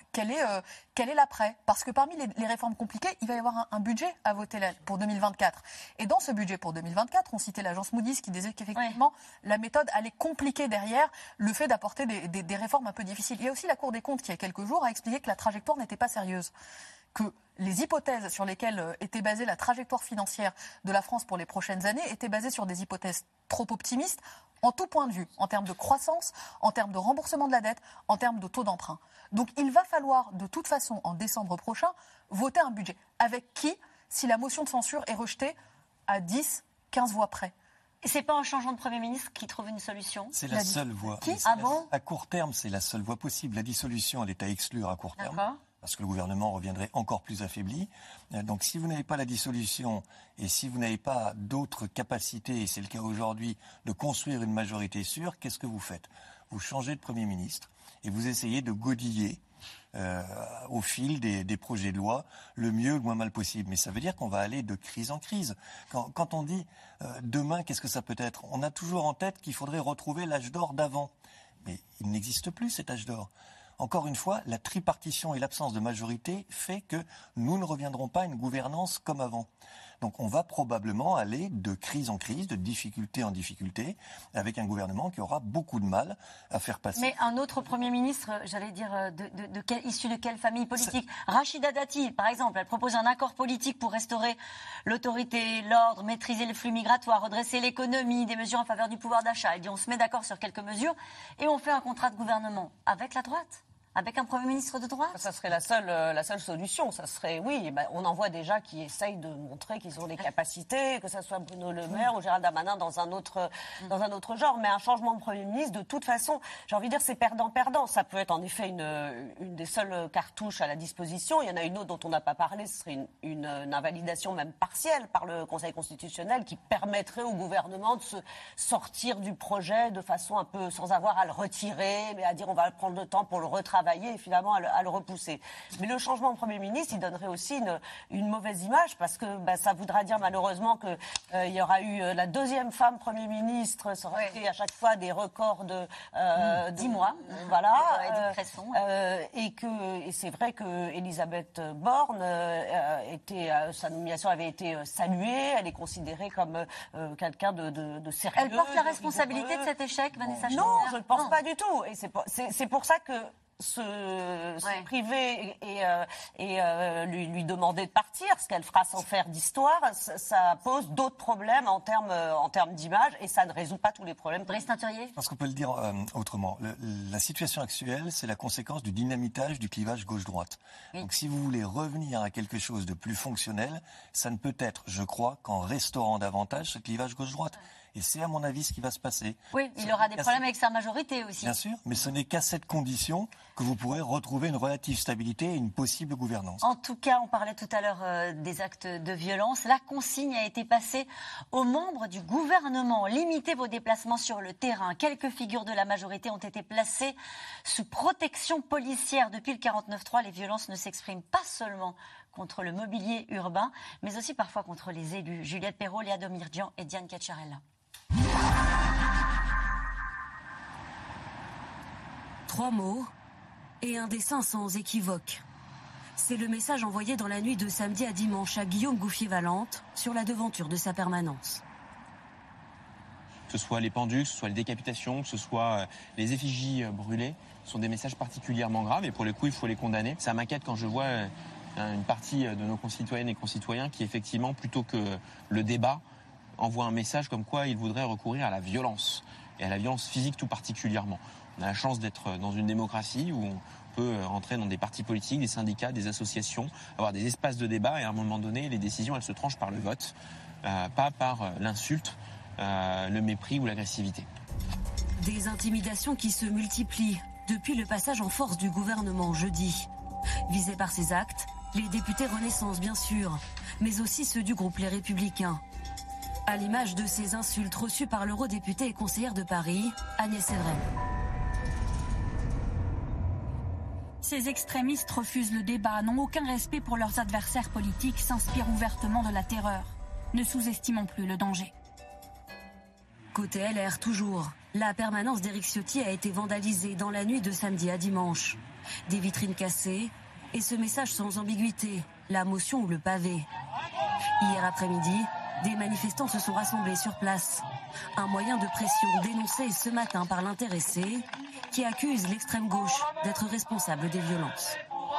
quel est, euh, quel est l'après. Parce que parmi les, les réformes compliquées, il va y avoir un, un budget à voter là, pour deux mille vingt-quatre. Et dans ce budget pour deux mille vingt-quatre, on citait l'agence Moody's qui disait qu'effectivement, oui. la méthode allait compliquer derrière le fait d'apporter des, des, des réformes un peu difficiles. Il y a aussi la Cour des comptes qui, il y a quelques jours, a expliqué que la trajectoire n'était pas sérieuse. Que les hypothèses sur lesquelles était basée la trajectoire financière de la France pour les prochaines années étaient basées sur des hypothèses trop optimistes en tout point de vue, en termes de croissance, en termes de remboursement de la dette, en termes de taux d'emprunt. Donc il va falloir de toute façon, en décembre prochain, voter un budget. Avec qui, si la motion de censure est rejetée à dix, quinze voix près? Et c'est pas en changeant de Premier ministre qu'il trouve une solution? C'est la, la seule voie. Qui Ah bon À court terme, c'est la seule voie possible. La dissolution, elle est à exclure à court terme. D'accord. Parce que le gouvernement reviendrait encore plus affaibli. Donc si vous n'avez pas la dissolution et si vous n'avez pas d'autres capacités, et c'est le cas aujourd'hui, de construire une majorité sûre, qu'est-ce que vous faites? Vous changez de Premier ministre et vous essayez de godiller euh, au fil des, des projets de loi le mieux, le moins mal possible. Mais ça veut dire qu'on va aller de crise en crise. Quand, quand on dit euh, demain, qu'est-ce que ça peut être? On a toujours en tête qu'il faudrait retrouver l'âge d'or d'avant. Mais il n'existe plus cet âge d'or. Encore une fois, la tripartition et l'absence de majorité fait que nous ne reviendrons pas à une gouvernance comme avant. Donc on va probablement aller de crise en crise, de difficulté en difficulté, avec un gouvernement qui aura beaucoup de mal à faire passer. Mais un autre Premier ministre, j'allais dire, de, de, de quel, issu de quelle famille politique? Rachida Dati, par exemple, elle propose un accord politique pour restaurer l'autorité, l'ordre, maîtriser les flux migratoires, redresser l'économie, des mesures en faveur du pouvoir d'achat. Elle dit on se met d'accord sur quelques mesures et on fait un contrat de gouvernement avec la droite. Avec un Premier ministre de droite? Ça serait la seule, la seule solution. Ça serait, oui, ben, on en voit déjà qui essayent de montrer qu'ils ont les capacités, que ce soit Bruno Le Maire ou Gérald Darmanin dans un autre, dans un autre genre. Mais un changement de Premier ministre, de toute façon, j'ai envie de dire, c'est perdant-perdant. Ça peut être en effet une, une des seules cartouches à la disposition. Il y en a une autre dont on n'a pas parlé, ce serait une, une, une invalidation même partielle par le Conseil constitutionnel qui permettrait au gouvernement de se sortir du projet de façon un peu, sans avoir à le retirer, mais à dire on va prendre le temps pour le retravailler et finalement à le, à le repousser. Mais le changement de Premier ministre, il donnerait aussi une, une mauvaise image parce que bah, ça voudra dire malheureusement qu'il euh, y aura eu euh, la deuxième femme Premier ministre, ça aurait été à chaque fois des records de euh, dix mois. Voilà. Euh, Cresson, ouais. euh, et que et c'est vrai que Elisabeth Borne euh, était, euh, sa nomination avait été saluée, elle est considérée comme euh, quelqu'un de, de, de sérieux. Elle porte la responsabilité de cet échec, Vanessa Schneider? Non, je ne pense non. pas du tout. Et c'est, c'est, c'est pour ça que se, se ouais. priver et, et, euh, et euh, lui, lui demander de partir, ce qu'elle fera sans faire d'histoire, ça, ça pose d'autres problèmes en termes, en termes d'image et ça ne résout pas tous les problèmes. Brice Teinturier ? Parce qu'on peut le dire euh, autrement. Le, la situation actuelle, c'est la conséquence du dynamitage du clivage gauche-droite. Oui. Donc si vous voulez revenir à quelque chose de plus fonctionnel, ça ne peut être, je crois, qu'en restaurant davantage ce clivage gauche-droite. Et c'est à mon avis ce qui va se passer. Oui, il ça aura des problèmes cette... avec sa majorité aussi. Bien sûr, mais ce n'est qu'à cette condition que vous pourrez retrouver une relative stabilité et une possible gouvernance. En tout cas, on parlait tout à l'heure euh, des actes de violence. La consigne a été passée aux membres du gouvernement. Limitez vos déplacements sur le terrain. Quelques figures de la majorité ont été placées sous protection policière. Depuis le quarante-neuf trois, les violences ne s'expriment pas seulement contre le mobilier urbain, mais aussi parfois contre les élus. Juliette Perrault, Léa Domirdian et Diane Cacciarella. Trois mots et un dessin sans équivoque. C'est le message envoyé dans la nuit de samedi à dimanche à Guillaume Gouffier-Valente sur la devanture de sa permanence. Que ce soit les pendus, que ce soit les décapitations, que ce soit les effigies brûlées, ce sont des messages particulièrement graves et pour le coup il faut les condamner. Ça m'inquiète quand je vois une partie de nos concitoyennes et concitoyens qui effectivement, plutôt que le débat, envoie un message comme quoi ils voudraient recourir à la violence, et à la violence physique tout particulièrement. On a la chance d'être dans une démocratie où on peut entrer dans des partis politiques, des syndicats, des associations, avoir des espaces de débat, et à un moment donné, les décisions, elles se tranchent par le vote, euh, pas par euh, l'insulte, euh, le mépris ou l'agressivité. Des intimidations qui se multiplient depuis le passage en force du gouvernement jeudi. Visés par ces actes, les députés Renaissance bien sûr, mais aussi ceux du groupe Les Républicains. À l'image de ces insultes reçues par l'eurodéputée et conseillère de Paris, Agnès Evren. Ces extrémistes refusent le débat, n'ont aucun respect pour leurs adversaires politiques, s'inspirent ouvertement de la terreur. Ne sous-estimons plus le danger. Côté L R toujours, la permanence d'Éric Ciotti a été vandalisée dans la nuit de samedi à dimanche. Des vitrines cassées et ce message sans ambiguïté, la motion ou le pavé. Hier après-midi, des manifestants se sont rassemblés sur place. Un moyen de pression dénoncé ce matin par l'intéressé qui accuse l'extrême gauche d'être responsable des violences.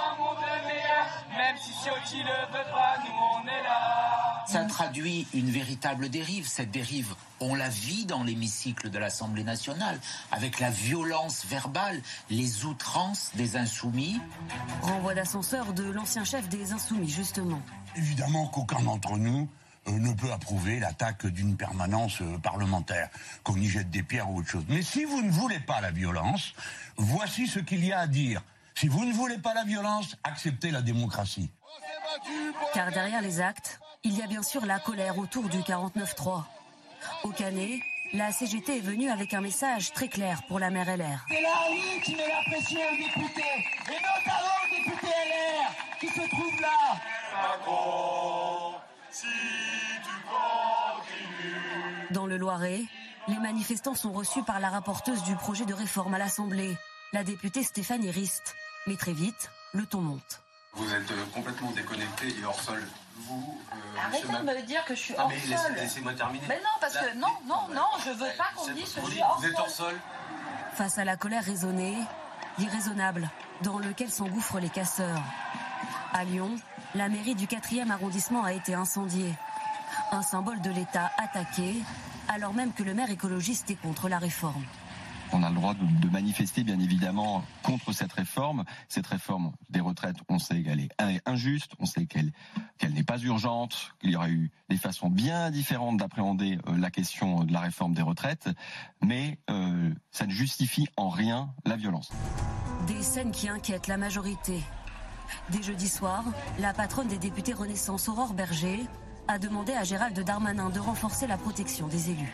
Même si Ciotti ne veut pas, nous on est là. Ça traduit une véritable dérive. Cette dérive, on la vit dans l'hémicycle de l'Assemblée nationale, avec la violence verbale, les outrances des Insoumis. Renvoi d'ascenseur de l'ancien chef des Insoumis, justement. Évidemment qu'aucun d'entre nous euh, ne peut approuver l'attaque d'une permanence euh, parlementaire, qu'on y jette des pierres ou autre chose. Mais si vous ne voulez pas la violence, voici ce qu'il y a à dire. Si vous ne voulez pas la violence, acceptez la démocratie. Car derrière les actes, il y a bien sûr la colère autour du quarante-neuf trois. Au Canet, la C G T est venue avec un message très clair pour la maire L R. C'est la rue qui met la pression aux députés, et notamment aux députés L R qui se trouvent là. Macron, si tu continues. Dans le Loiret, les manifestants sont reçus par la rapporteuse du projet de réforme à l'Assemblée, la députée Stéphanie Rist. Mais très vite, le ton monte. Vous êtes euh, complètement déconnecté et hors sol. Vous, euh, Arrêtez de me dire que je suis ah, hors mais sol. Laissez, laissez-moi terminer. Mais non, parce Là, que non, non, non, je veux pas qu'on dise que je suis hors Vous êtes hors sol. Face à la colère raisonnée, l'irraisonnable, dans lequel s'engouffrent les casseurs. À Lyon, la mairie du quatrième arrondissement a été incendiée. Un symbole de l'État attaqué, alors même que le maire écologiste est contre la réforme. On a le droit de, de manifester, bien évidemment, contre cette réforme. Cette réforme des retraites, on sait qu'elle est injuste, on sait qu'elle qu'elle n'est pas urgente, qu'il y aura eu des façons bien différentes d'appréhender euh, la question de la réforme des retraites, mais euh, ça ne justifie en rien la violence. Des scènes qui inquiètent la majorité. Dès jeudi soir, la patronne des députés Renaissance, Aurore Berger, a demandé à Gérald Darmanin de renforcer la protection des élus.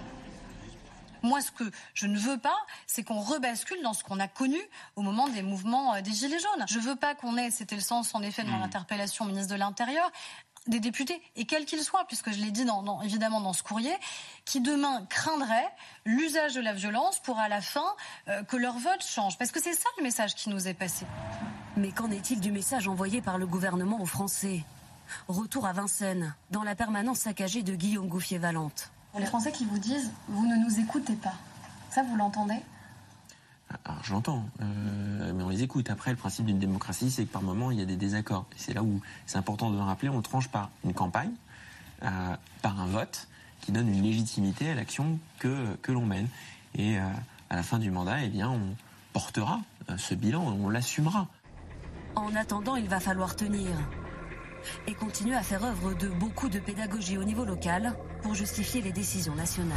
Moi, ce que je ne veux pas, c'est qu'on rebascule dans ce qu'on a connu au moment des mouvements des Gilets jaunes. Je ne veux pas qu'on ait, c'était le sens en effet de mon interpellation au ministre de l'Intérieur, des députés, et quels qu'ils soient, puisque je l'ai dit dans, dans, évidemment dans ce courrier, qui demain craindraient l'usage de la violence pour à la fin euh, que leur vote change. Parce que c'est ça le message qui nous est passé. Mais qu'en est-il du message envoyé par le gouvernement aux Français ? Retour à Vincennes, dans la permanence saccagée de Guillaume Gouffier-Valente. Les Français qui vous disent « vous ne nous écoutez pas », ça vous l'entendez ? Alors je l'entends, euh, mais on les écoute. Après, le principe d'une démocratie, c'est que par moment, il y a des désaccords. Et c'est là où c'est important de le rappeler, on le tranche par une campagne, euh, par un vote, qui donne une légitimité à l'action que, que l'on mène. Et euh, à la fin du mandat, eh bien, on portera euh, ce bilan, on l'assumera. En attendant, il va falloir tenir. Et continuer à faire œuvre de beaucoup de pédagogie au niveau local pour justifier les décisions nationales.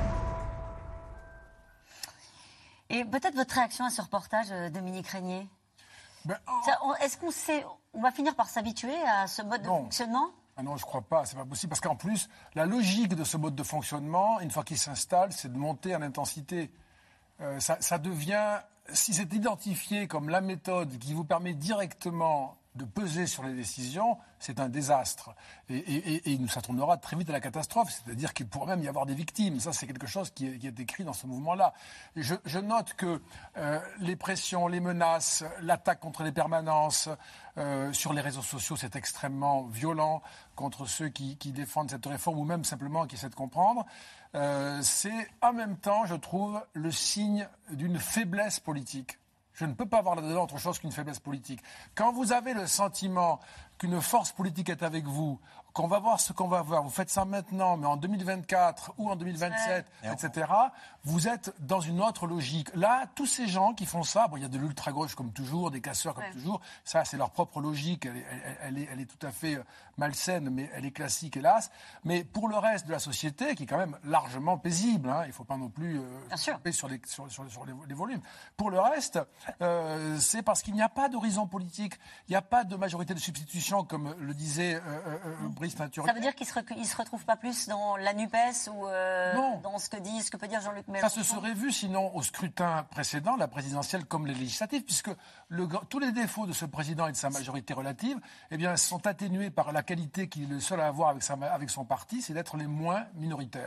Et peut-être votre réaction à ce reportage, Dominique Régnier. Ben, oh. Est-ce qu'on sait, on va finir par s'habituer à ce mode non. de fonctionnement ? Ah non, je ne crois pas, c'est pas possible. Parce qu'en plus, la logique de ce mode de fonctionnement, une fois qu'il s'installe, c'est de monter en intensité. Euh, ça, ça devient, si c'est identifié comme la méthode qui vous permet directement de peser sur les décisions, c'est un désastre. Et, et, et ça tournera très vite à la catastrophe, c'est-à-dire qu'il pourrait même y avoir des victimes. Ça, c'est quelque chose qui est, qui est écrit dans ce mouvement-là. Et je, je note que euh, les pressions, les menaces, l'attaque contre les permanences, euh, sur les réseaux sociaux, c'est extrêmement violent contre ceux qui, qui défendent cette réforme ou même simplement qui essaient de comprendre. Euh, c'est en même temps, je trouve, le signe d'une faiblesse politique. Je ne peux pas voir là-dedans autre chose qu'une faiblesse politique. Quand vous avez le sentiment qu'une force politique est avec vous, qu'on va voir ce qu'on va voir, vous faites ça maintenant, mais en deux mille vingt-quatre ou en deux mille vingt-sept, ouais. et cetera, vous êtes dans une autre logique. Là, tous ces gens qui font ça, bon, il y a de l'ultra-gauche comme toujours, des casseurs comme ouais. toujours, ça, c'est leur propre logique, elle est, elle, elle, est, elle est tout à fait malsaine, mais elle est classique, hélas. Mais pour le reste de la société, qui est quand même largement paisible, hein, il ne faut pas non plus euh, taper sur, les, sur, sur, sur les, les volumes. Pour le reste, euh, c'est parce qu'il n'y a pas d'horizon politique, il n'y a pas de majorité de substitution, comme le disait euh, euh, Brice Peintureau. Ça veut dire qu'il ne se, se retrouve pas plus dans la NUPES ou euh, dans ce que dit, ce que peut dire Jean-Luc Mélenchon. Ça se serait vu sinon au scrutin précédent, la présidentielle comme les législatives, puisque le, tous les défauts de ce président et de sa majorité relative, eh bien, sont atténués par la qualité qu'il est le seul à avoir avec, sa, avec son parti, c'est d'être les moins minoritaires.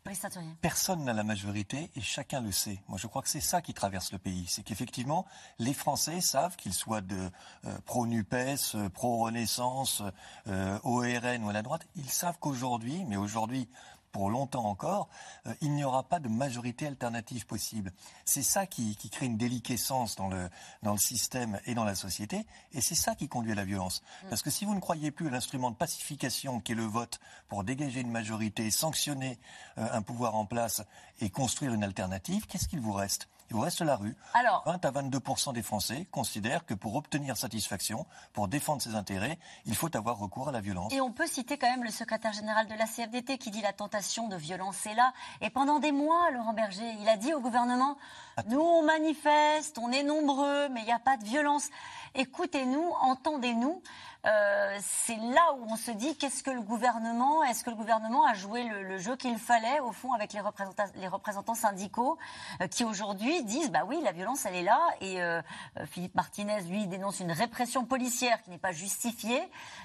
Personne n'a la majorité et chacun le sait. Moi, je crois que c'est ça qui traverse le pays. C'est qu'effectivement, les Français savent, qu'ils soient de euh, pro-NUPES, euh, pro-Renaissance, euh, au R N ou à la droite, ils savent qu'aujourd'hui, mais aujourd'hui, pour longtemps encore, euh, il n'y aura pas de majorité alternative possible. C'est ça qui, qui crée une déliquescence dans le, dans le système et dans la société, et c'est ça qui conduit à la violence. Mmh. Parce que si vous ne croyez plus à l'instrument de pacification qui est le vote pour dégager une majorité, sanctionner euh, un pouvoir en place et construire une alternative, qu'est-ce qu'il vous reste ? Il vous reste la rue. Alors, vingt à vingt-deux pour cent des Français considèrent que pour obtenir satisfaction, pour défendre ses intérêts, il faut avoir recours à la violence. Et on peut citer quand même le secrétaire général de la C F D T qui dit la tentation de violence est là. Et pendant des mois, Laurent Berger, il a dit au gouvernement, nous on manifeste, on est nombreux, mais il n'y a pas de violence. Écoutez-nous, entendez-nous. Euh, c'est là où on se dit qu'est-ce que le gouvernement, est-ce que le gouvernement a joué le, le jeu qu'il fallait au fond avec les représentants, les représentants syndicaux euh, qui aujourd'hui disent bah oui la violence elle est là et euh, Philippe Martinez lui dénonce une répression policière qui n'est pas justifiée.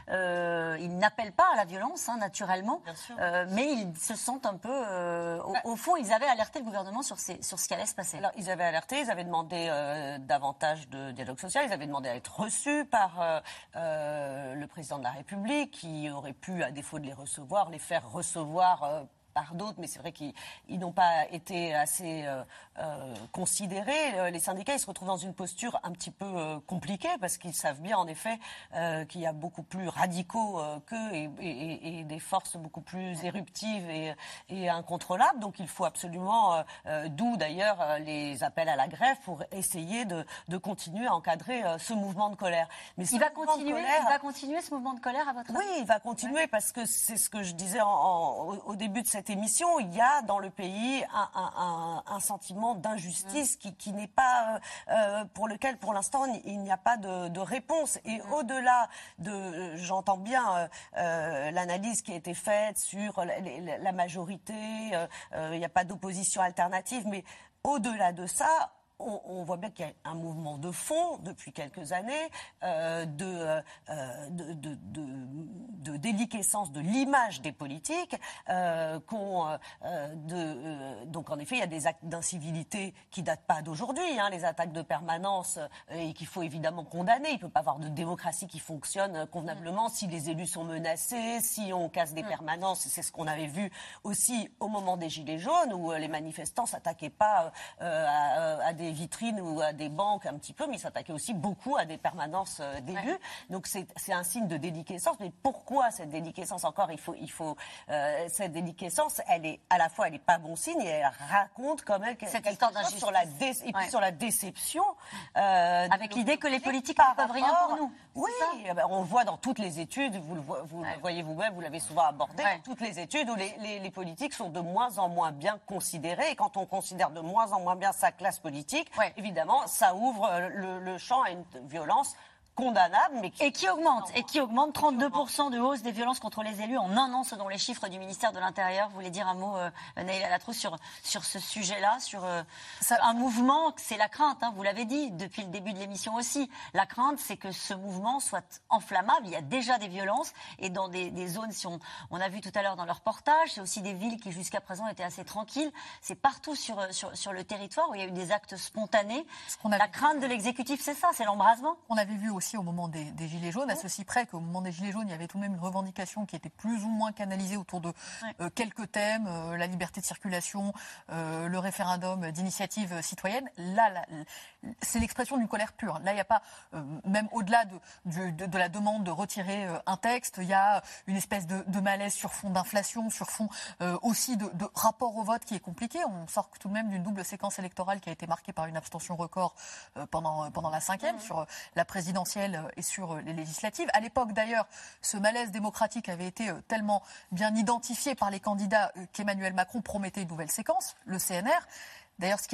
Euh, il n'appelle pas à la violence hein, naturellement, euh, mais ils se sentent un peu euh, au, au fond ils avaient alerté le gouvernement sur, ces, sur ce qui allait se passer. Alors ils avaient alerté, ils avaient demandé euh, davantage de dialogue social, ils avaient demandé à être reçus par euh, euh, le président de la République, qui aurait pu, à défaut de les recevoir, les faire recevoir euh, par d'autres, mais c'est vrai qu'ils n'ont pas été assez euh, euh, considérés. Les syndicats, ils se retrouvent dans une posture un petit peu euh, compliquée, parce qu'ils savent bien, en effet, euh, qu'il y a beaucoup plus radicaux euh, qu'eux et, et, et des forces beaucoup plus éruptives et, et incontrôlables. Donc il faut absolument, euh, euh, d'où d'ailleurs les appels à la grève, pour essayer de, de continuer à encadrer euh, ce mouvement de colère. Mais il, va continuer, colère, il va continuer ce mouvement de colère à votre avis ? Oui, il va continuer, ouais. Parce que c'est ce que je disais en, en, au, au début de cette émission, il y a dans le pays un, un, un, un sentiment d'injustice mmh. qui, qui n'est pas, euh, pour lequel pour l'instant il n'y a pas de, de réponse. Et mmh. au-delà de, euh, j'entends bien euh, l'analyse qui a été faite sur la, la, la majorité, euh, euh, il n'y a pas d'opposition alternative, mais au-delà de ça, On, on voit bien qu'il y a un mouvement de fond depuis quelques années euh, de, euh, de, de, de, de déliquescence de l'image des politiques. Euh, qu'on, euh, de, euh, donc en effet, il y a des actes d'incivilité qui datent pas d'aujourd'hui, hein, les attaques de permanence, euh, et qu'il faut évidemment condamner. Il ne peut pas y avoir de démocratie qui fonctionne convenablement si les élus sont menacés, si on casse des permanences. C'est ce qu'on avait vu aussi au moment des Gilets jaunes, où les manifestants s'attaquaient pas euh, à, à des vitrines ou à des banques un petit peu, mais ils s'attaquaient aussi beaucoup à des permanences d'élus. Ouais. Donc c'est, c'est un signe de déliquescence. Mais pourquoi cette déliquescence encore ? Il faut, il faut euh, cette déliquescence, elle est à la fois, elle n'est pas bon signe et elle raconte quand même cette quelque chose sur la dé, et puis ouais. sur la déception. Euh, Avec l'idée que les politiques ne peuvent rien pour nous. Oui, ben on le voit dans toutes les études. Vous le, vous ouais. le voyez vous-même, vous l'avez souvent abordé. Ouais. Dans toutes les études où les, les, les politiques sont de moins en moins bien considérées. Et quand on considère de moins en moins bien sa classe politique, ouais. évidemment, ça ouvre le, le champ à une violence condamnable, mais qui et qui augmente, et qui augmente trente-deux pour cent de hausse des violences contre les élus en un an, selon les chiffres du ministère de l'Intérieur. Vous voulez dire un mot, euh, Naïla Latrousse, sur sur ce sujet-là, sur euh, ça, un mouvement, c'est la crainte. Hein, vous l'avez dit depuis le début de l'émission aussi. La crainte, c'est que ce mouvement soit enflammable. Il y a déjà des violences et dans des, des zones, si on on a vu tout à l'heure dans le reportage, c'est aussi des villes qui jusqu'à présent étaient assez tranquilles. C'est partout sur sur sur le territoire où il y a eu des actes spontanés. La crainte de l'exécutif, c'est ça, c'est l'embrasement. On avait vu aussi au moment des, des Gilets jaunes, à ceci près qu'au moment des Gilets jaunes, il y avait tout de même une revendication qui était plus ou moins canalisée autour de ouais. euh, quelques thèmes, euh, la liberté de circulation, euh, le référendum d'initiative citoyenne. Là, là c'est l'expression d'une colère pure. Là, il n'y a pas, euh, même au-delà de, de, de, de la demande de retirer euh, un texte, il y a une espèce de, de malaise sur fond d'inflation, sur fond euh, aussi de, de rapport au vote qui est compliqué. On sort tout de même d'une double séquence électorale qui a été marquée par une abstention record euh, pendant, pendant la cinquième, mmh. sur euh, la présidentielle et sur les législatives. À l'époque, d'ailleurs, ce malaise démocratique avait été tellement bien identifié par les candidats qu'Emmanuel Macron promettait une nouvelle séquence, le C N R. D'ailleurs, ce qui est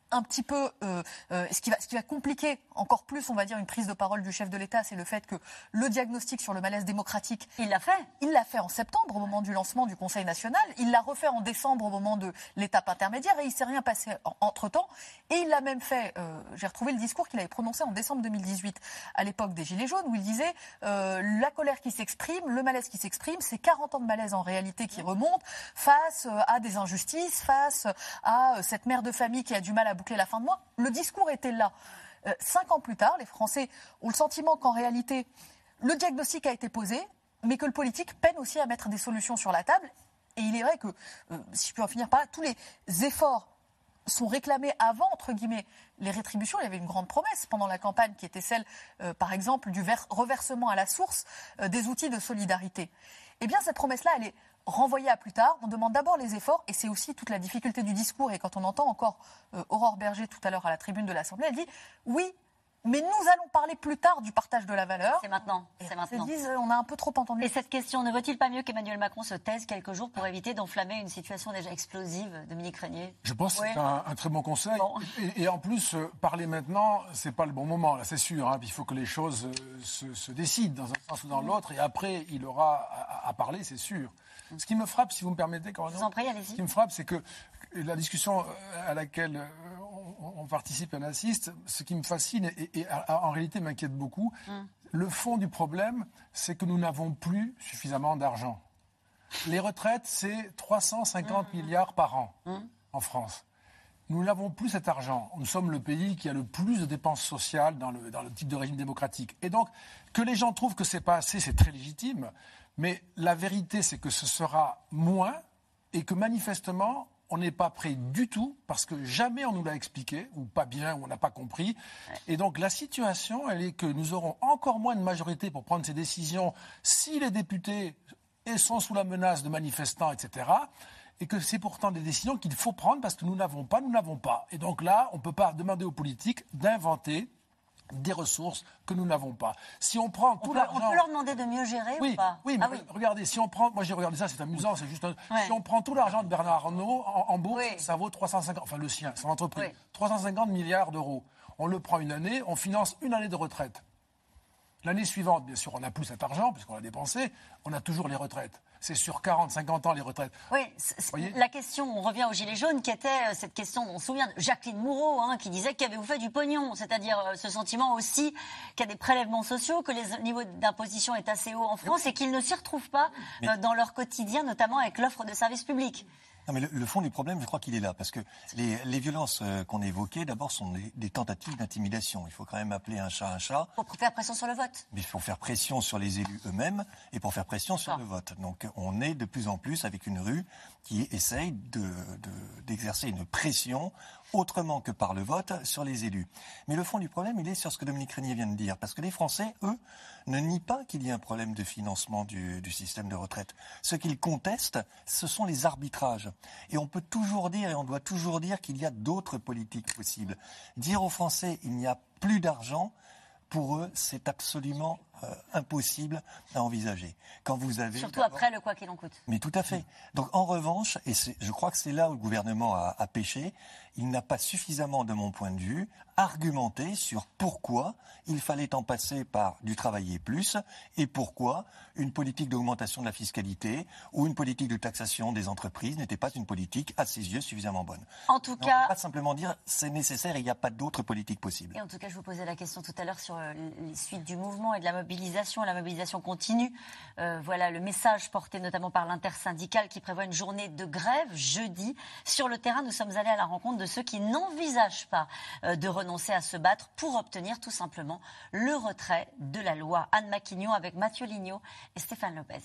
un petit peu, euh, euh, ce, qui va, ce qui va compliquer encore plus, on va dire, une prise de parole du chef de l'État, c'est le fait que le diagnostic sur le malaise démocratique... Il l'a fait. Il l'a fait en septembre, au moment du lancement du Conseil national. Il l'a refait en décembre, au moment de l'étape intermédiaire, et il ne s'est rien passé en, entre-temps. Et il l'a même fait, euh, j'ai retrouvé le discours qu'il avait prononcé en décembre deux mille dix-huit, à l'époque des Gilets jaunes, où il disait euh, la colère qui s'exprime, le malaise qui s'exprime, c'est quarante ans de malaise en réalité qui remonte face à des injustices, face à cette mère de famille qui a du mal à boucler la fin de mois. Le discours était là. Euh, cinq ans plus tard, les Français ont le sentiment qu'en réalité, le diagnostic a été posé, mais que le politique peine aussi à mettre des solutions sur la table. Et il est vrai que, euh, si je peux en finir par là, tous les efforts sont réclamés avant, entre guillemets, les rétributions. Il y avait une grande promesse pendant la campagne qui était celle, euh, par exemple, du vers- reversement à la source euh, des outils de solidarité. Eh bien, cette promesse-là, elle est renvoyée à plus tard. On demande d'abord les efforts, et c'est aussi toute la difficulté du discours. Et quand on entend encore euh, Aurore Berger tout à l'heure à la tribune de l'Assemblée, elle dit « Oui, mais nous allons parler plus tard du partage de la valeur. » C'est maintenant. C'est maintenant. Ils disent, on a un peu trop entendu. Et cette question, ne vaut-il pas mieux qu'Emmanuel Macron se taise quelques jours pour éviter d'enflammer une situation déjà explosive, Dominique Régnier? Je pense oui. que c'est un, un très bon conseil. Bon. Et, et en plus, euh, parler maintenant, c'est pas le bon moment, là, c'est sûr. Hein. Il faut que les choses euh, se, se décident dans un sens ou dans l'autre. Et après, il aura à, à parler, c'est sûr. Ce qui me frappe, si vous me permettez, Corinne, vous en prie, allez-y. Ce qui me frappe, c'est que la discussion à laquelle on, on participe et on assiste, ce qui me fascine et, et, et en réalité m'inquiète beaucoup, mm. le fond du problème, c'est que nous n'avons plus suffisamment d'argent. Les retraites, c'est trois cent cinquante mm. milliards par an mm. en France. Nous n'avons plus cet argent. Nous sommes le pays qui a le plus de dépenses sociales dans le, dans le type de régime démocratique. Et donc, que les gens trouvent que c'est pas assez, c'est très légitime. Mais la vérité, c'est que ce sera moins et que manifestement, on n'est pas prêt du tout parce que jamais on nous l'a expliqué, ou pas bien, ou on n'a pas compris. Et donc la situation, elle est que nous aurons encore moins de majorité pour prendre ces décisions si les députés sont sous la menace de manifestants, et cetera. Et que c'est pourtant des décisions qu'il faut prendre parce que nous n'avons pas, nous n'avons pas. Et donc là, on ne peut pas demander aux politiques d'inventer des ressources que nous n'avons pas. Si on prend tout on peut, l'argent... On peut leur demander de mieux gérer oui, ou pas? Oui, mais ah, oui. regardez, si on prend... Moi, j'ai regardé ça, c'est amusant, c'est juste... Un... Ouais. Si on prend tout l'argent de Bernard Arnault en, en bourse, oui. ça vaut trois cent cinquante... Enfin, le sien, son entreprise. Oui. trois cent cinquante milliards d'euros. On le prend une année, on finance une année de retraite. L'année suivante, bien sûr, on n'a plus cet argent, puisqu'on l'a dépensé, on a toujours les retraites. C'est sur quarante, cinquante ans les retraites. Oui, la question, on revient aux Gilets jaunes, qui était cette question, on se souvient de Jacqueline Moureau, hein, qui disait qu'avez-vous fait du pognon, c'est-à-dire euh, ce sentiment aussi qu'il y a des prélèvements sociaux, que le niveau d'imposition est assez haut en France et qu'ils ne s'y retrouvent pas euh, dans leur quotidien, notamment avec l'offre de services publics. Non, mais le, le fond du problème, je crois qu'il est là, parce que les, les violences euh, qu'on évoquait, d'abord, sont des, des tentatives d'intimidation. Il faut quand même appeler un chat un chat. Pour faire pression sur le vote. Mais pour faire pression sur les élus eux-mêmes et pour faire pression sur ah. le vote. Donc on est de plus en plus avec une rue qui essaye de, de, d'exercer une pression autrement que par le vote sur les élus. Mais le fond du problème, il est sur ce que Dominique Régnier vient de dire. Parce que les Français, eux, ne nient pas qu'il y a un problème de financement du, du système de retraite. Ce qu'ils contestent, ce sont les arbitrages. Et on peut toujours dire, et on doit toujours dire qu'il y a d'autres politiques possibles. Dire aux Français, il n'y a plus d'argent, pour eux, c'est absolument euh, impossible à envisager. Quand vous avez Surtout après le quoi qu'il en coûte. Mais tout à fait. Donc en revanche, et c'est, je crois que c'est là où le gouvernement a, a péché, il n'a pas suffisamment, de mon point de vue, argumenté sur pourquoi il fallait en passer par du travailler plus et pourquoi une politique d'augmentation de la fiscalité ou une politique de taxation des entreprises n'était pas une politique, à ses yeux, suffisamment bonne. En tout Donc, cas... on ne peut pas simplement dire c'est nécessaire et il n'y a pas d'autre politique possible. Et en tout cas, je vous posais la question tout à l'heure sur les suites du mouvement et de la mobilisation. La mobilisation continue. Euh, voilà le message porté notamment par l'intersyndicale qui prévoit une journée de grève jeudi. Sur le terrain, nous sommes allés à la rencontre de ceux qui n'envisagent pas euh, de renoncer à se battre pour obtenir tout simplement le retrait de la loi. Anne Maquignon avec Mathieu Lignot et Stéphane Lopez.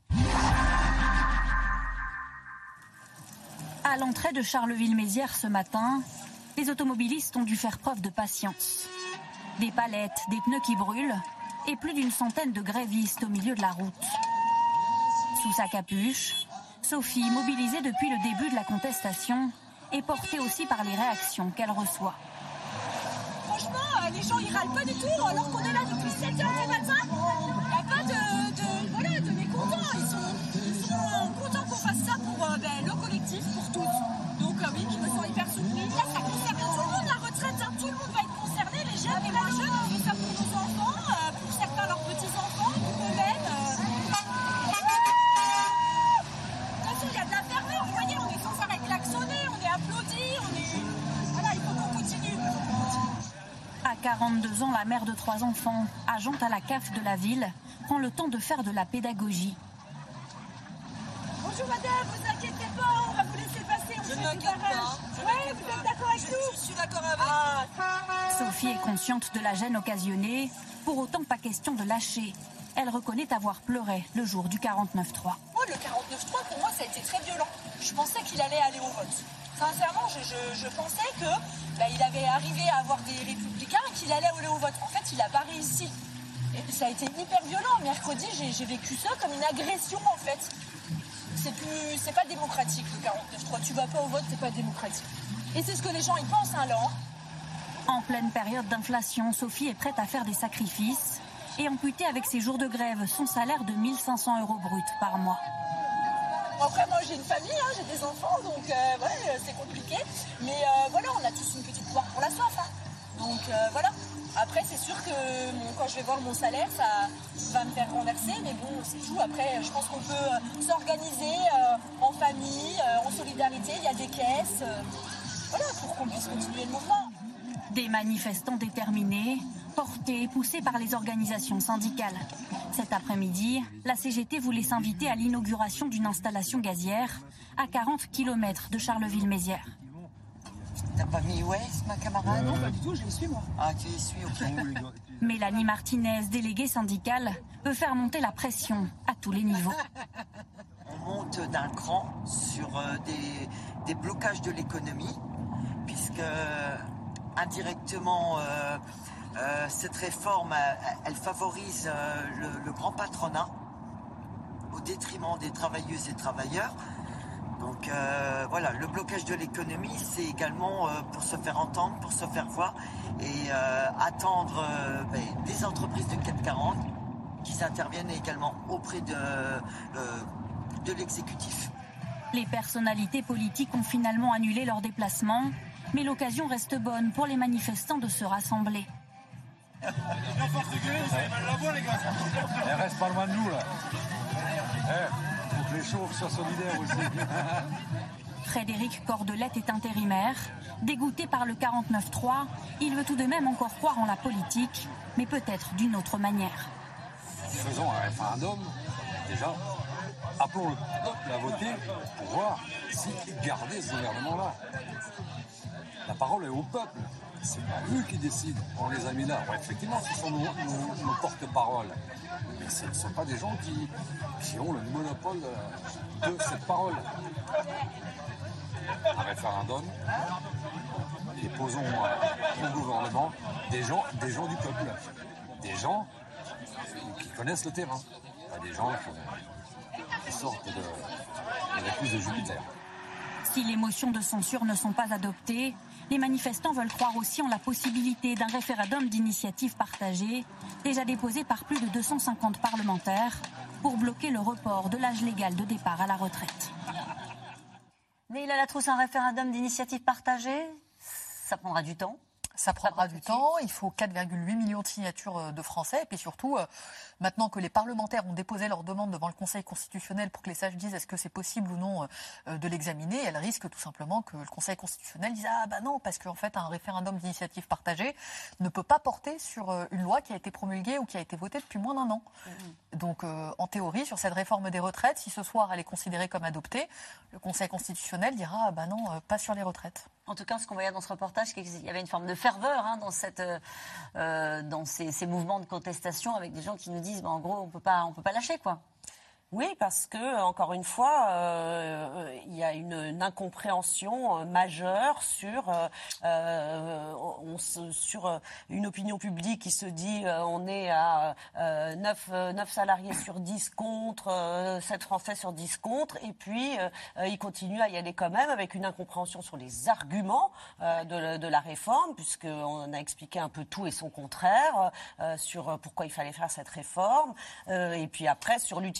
À l'entrée de Charleville-Mézières ce matin, les automobilistes ont dû faire preuve de patience. Des palettes, des pneus qui brûlent et plus d'une centaine de grévistes au milieu de la route. Sous sa capuche, Sophie, mobilisée depuis le début de la contestation, est portée aussi par les réactions qu'elle reçoit. Franchement, les gens ils râlent pas du tout alors qu'on est là depuis sept heures du matin. Il n'y a pas de, de, voilà, de mécontents. Ils sont, ils sont contents qu'on fasse ça pour euh, ben, le collectif, pour tous. Donc euh, oui, je me sens hyper soutenue. Là, ça concerne tout le monde. quarante-deux ans, la mère de trois enfants, agente à la C A F de la ville, prend le temps de faire de la pédagogie. Bonjour madame, vous inquiétez pas, on va vous laisser passer, on Je fait ne du m'inquiète barrage. pas. Ouais, vous êtes d'accord avec je, nous je suis d'accord avec. Ah. Sophie est consciente de la gêne occasionnée, pour autant pas question de lâcher. Elle reconnaît avoir pleuré le jour du quarante-neuf trois. Moi, le quarante-neuf trois, pour moi, ça a été très violent. Je pensais qu'il allait aller au vote. Sincèrement, je, je, je pensais que bah, il avait arrivé à avoir des républicains et qu'il allait aller au vote. En fait, il n'a pas réussi. Et ça a été hyper violent. Mercredi, j'ai, j'ai vécu ça comme une agression, en fait. C'est plus, c'est pas démocratique, le quarante-neuf trois. Tu vas pas au vote, c'est pas démocratique. Et c'est ce que les gens y pensent, hein, là. Hein. En pleine période d'inflation, Sophie est prête à faire des sacrifices et amputer avec ses jours de grève son salaire de mille cinq cents euros brut par mois. Après, moi, j'ai une famille, hein, j'ai des enfants, donc euh, ouais, c'est compliqué. Mais euh, voilà, on a tous une petite poire pour la soif. Hein. Donc euh, voilà. Après, c'est sûr que bon, quand je vais voir mon salaire, ça va me faire renverser. Mais bon, c'est tout. Après, je pense qu'on peut euh, s'organiser euh, en famille, euh, en solidarité. Il y a des caisses. Euh, voilà, pour qu'on puisse continuer le mouvement. Des manifestants déterminés, portés et poussés par les organisations syndicales. Cet après-midi, la C G T voulait s'inviter à l'inauguration d'une installation gazière à quarante kilomètres de Charleville-Mézières. T'as pas mis ouais, ma camarade? Non, pas du tout, je les suis moi. Ah, tu les suis, ok. Mélanie Martinez, déléguée syndicale, veut faire monter la pression à tous les niveaux. On monte d'un cran sur euh, des, des blocages de l'économie, puisque euh, indirectement, euh, euh, cette réforme, elle, elle favorise euh, le, le grand patronat au détriment des travailleuses et travailleurs. Donc euh, voilà, le blocage de l'économie, c'est également euh, pour se faire entendre, pour se faire voir et euh, attendre euh, ben, des entreprises de C A C quarante qui interviennent également auprès de, euh, de l'exécutif. Les personnalités politiques ont finalement annulé leur déplacement, mais l'occasion reste bonne pour les manifestants de se rassembler. Elle reste pas loin de nous là. Eh, faut que les chauves soient solidaires aussi. Frédéric Cordelette est intérimaire. Dégoûté par le quarante-neuf trois, il veut tout de même encore croire en la politique, mais peut-être d'une autre manière. Faisons un référendum, déjà. Appelons le peuple à voter pour voir s'il gardait ce gouvernement-là. La parole est au peuple. C'est pas eux qui décident. On les a mis là. Ouais, effectivement, ce sont nos, nos, nos porte-paroles. Mais ce ne sont pas des gens qui, qui ont le monopole de cette parole. Un référendum, et posons au gouvernement des gens, des gens du peuple. Des gens qui connaissent le terrain. Pas des gens qui, qui sortent de, de la cuisse de Jupiter. Si les motions de censure ne sont pas adoptées, les manifestants veulent croire aussi en la possibilité d'un référendum d'initiative partagée, déjà déposé par plus de deux cent cinquante parlementaires, pour bloquer le report de l'âge légal de départ à la retraite. Mais il a la trousse un référendum d'initiative partagée, ça prendra du temps. Ça prendra du temps, il faut quatre virgule huit millions de signatures de Français, et puis surtout, euh, maintenant que les parlementaires ont déposé leur demande devant le Conseil constitutionnel pour que les sages disent est-ce que c'est possible ou non euh, de l'examiner, elle risque tout simplement que le Conseil constitutionnel dise ah bah non, parce qu'en fait un référendum d'initiative partagée ne peut pas porter sur euh, une loi qui a été promulguée ou qui a été votée depuis moins d'un an. Mmh. Donc euh, en théorie, sur cette réforme des retraites, si ce soir elle est considérée comme adoptée, le Conseil constitutionnel dira ah bah non, euh, pas sur les retraites. En tout cas, ce qu'on voyait dans ce reportage, c'est qu'il y avait une forme de ferveur hein, dans, cette, euh, dans ces, ces mouvements de contestation, avec des gens qui nous disent, bah, en gros, on peut pas, on peut pas lâcher, quoi. Oui, parce que, encore une fois, euh, il y a une, une incompréhension euh, majeure sur, euh, on se, sur une opinion publique qui se dit euh, on est à euh, neuf, neuf salariés sur dix contre, euh, sept Français sur dix contre, et puis euh, il continue à y aller quand même avec une incompréhension sur les arguments euh, de, de la réforme, puisqu'on a expliqué un peu tout et son contraire, euh, sur pourquoi il fallait faire cette réforme, euh, et puis après sur l'utilisation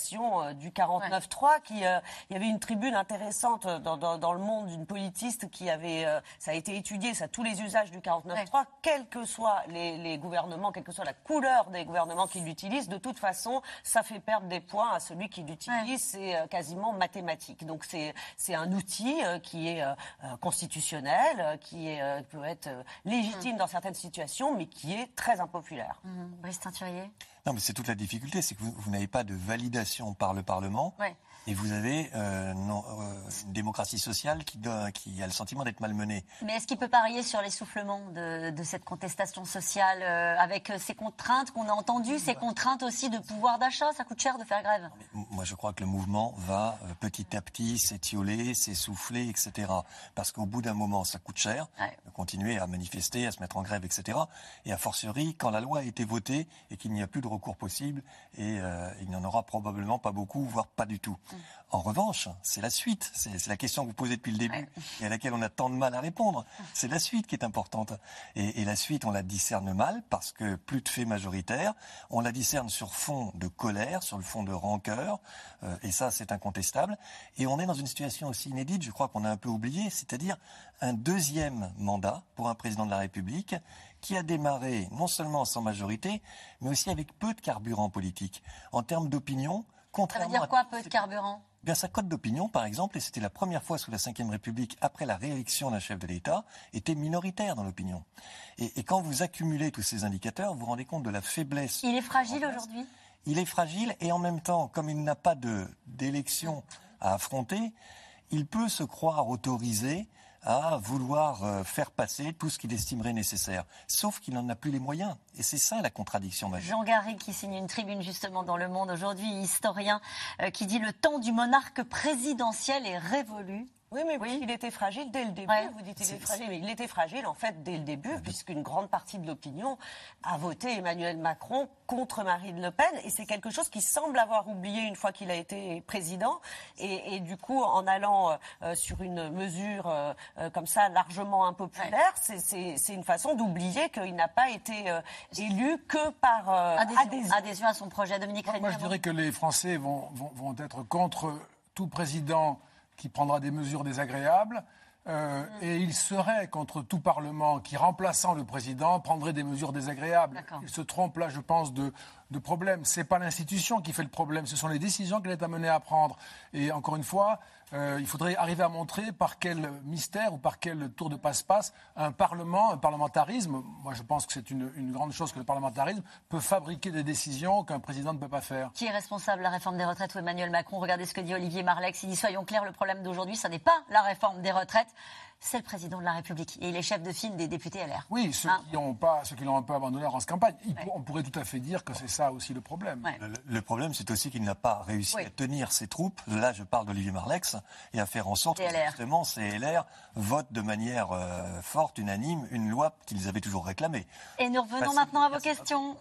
contestation euh, du quarante-neuf trois. Qui, euh, il y avait une tribune intéressante dans, dans, dans Le Monde d'une politiste qui avait, euh, ça a été étudié, ça, tous les usages du quarante-neuf trois, ouais. quels que soient les, les gouvernements, quelle que soit la couleur des gouvernements qui l'utilisent, de toute façon, ça fait perdre des points à celui qui l'utilise. Ouais. C'est euh, quasiment mathématique. Donc c'est, c'est un outil euh, qui est euh, constitutionnel, euh, qui est, euh, peut être euh, légitime mmh. dans certaines situations, mais qui est très impopulaire. Mmh. Brice Teinturier. Non, mais c'est toute la difficulté, c'est que vous, vous n'avez pas de validation par le Parlement. Ouais. Et vous avez euh, non, euh, une démocratie sociale qui, doit, qui a le sentiment d'être malmenée. Mais est-ce qu'il peut parier sur l'essoufflement de, de cette contestation sociale euh, avec ces contraintes qu'on a entendues, ces contraintes aussi de pouvoir d'achat? Ça coûte cher de faire grève. Mais moi, je crois que le mouvement va euh, petit à petit s'étioler, s'essouffler, et cetera. Parce qu'au bout d'un moment, ça coûte cher ouais. de continuer à manifester, à se mettre en grève, et cetera. Et a fortiori, quand la loi a été votée et qu'il n'y a plus de recours possible, et euh, il n'y en aura probablement pas beaucoup, voire pas du tout. Mmh. En revanche, c'est la suite. C'est, c'est la question que vous posez depuis le début ouais. et à laquelle on a tant de mal à répondre. C'est la suite qui est importante. Et, et la suite, on la discerne mal parce que plus de faits majoritaires. On la discerne sur fond de colère, sur le fond de rancœur. Euh, et ça, c'est incontestable. Et on est dans une situation aussi inédite, je crois qu'on a un peu oublié, c'est-à-dire un deuxième mandat pour un président de la République qui a démarré non seulement sans majorité, mais aussi avec peu de carburant politique. En termes d'opinion, contrairement ça veut dire quoi, peu de carburant ? Bien, sa cote d'opinion, par exemple, et c'était la première fois sous la cinquième République, après la réélection d'un chef de l'État, était minoritaire dans l'opinion. Et, et quand vous accumulez tous ces indicateurs, vous vous rendez compte de la faiblesse. Il est fragile aujourd'hui ? Il est fragile et en même temps, comme il n'a pas de, d'élection à affronter, il peut se croire autorisé à vouloir euh, faire passer tout ce qu'il estimerait nécessaire. Sauf qu'il n'en a plus les moyens. Et c'est ça la contradiction majeure. Jean Garrigue qui signe une tribune justement dans Le Monde aujourd'hui, historien, euh, qui dit « Le temps du monarque présidentiel est révolu ». Oui, mais oui. il était fragile dès le début. Ouais. Vous dites qu'il est fragile, mais il était fragile en fait dès le début, puisqu'une grande partie de l'opinion a voté Emmanuel Macron contre Marine Le Pen, et c'est quelque chose qui semble avoir oublié une fois qu'il a été président. Et, et du coup, en allant euh, sur une mesure euh, comme ça largement impopulaire, ouais. c'est, c'est, c'est une façon d'oublier qu'il n'a pas été euh, élu que par euh, adhésion. adhésion. Adhésion à son projet. Dominique Rémy. Moi, je dirais que les Français vont, vont, vont être contre tout président qui prendra des mesures désagréables, euh, mmh. et il serait contre tout Parlement qui, remplaçant le président, prendrait des mesures désagréables. D'accord. Il se trompe là, je pense, de, de problème. Ce n'est pas l'institution qui fait le problème, ce sont les décisions qu'elle est amenée à prendre. Et encore une fois, euh, il faudrait arriver à montrer par quel mystère ou par quel tour de passe-passe un Parlement, un parlementarisme, moi je pense que c'est une, une grande chose que le parlementarisme, peut fabriquer des décisions qu'un président ne peut pas faire. Qui est responsable de la réforme des retraites ou Emmanuel Macron? Regardez ce que dit Olivier Marleix. Il dit, soyons clairs, le problème d'aujourd'hui, ce n'est pas la réforme des retraites, c'est le président de la République. Et il est chef de file des députés L R. Oui, ceux hein qui ont pas, ceux qui l'ont un peu abandonné en campagne. Ouais. Pour, on pourrait tout à fait dire que c'est ça aussi le problème. Ouais. Le, le problème, c'est aussi qu'il n'a pas réussi oui. à tenir ses troupes. Là, je parle d'Olivier Marleix, et à faire en sorte que justement ces L R votent de manière euh, forte, unanime, une loi qu'ils avaient toujours réclamée. Et nous revenons Facile. maintenant à vos questions.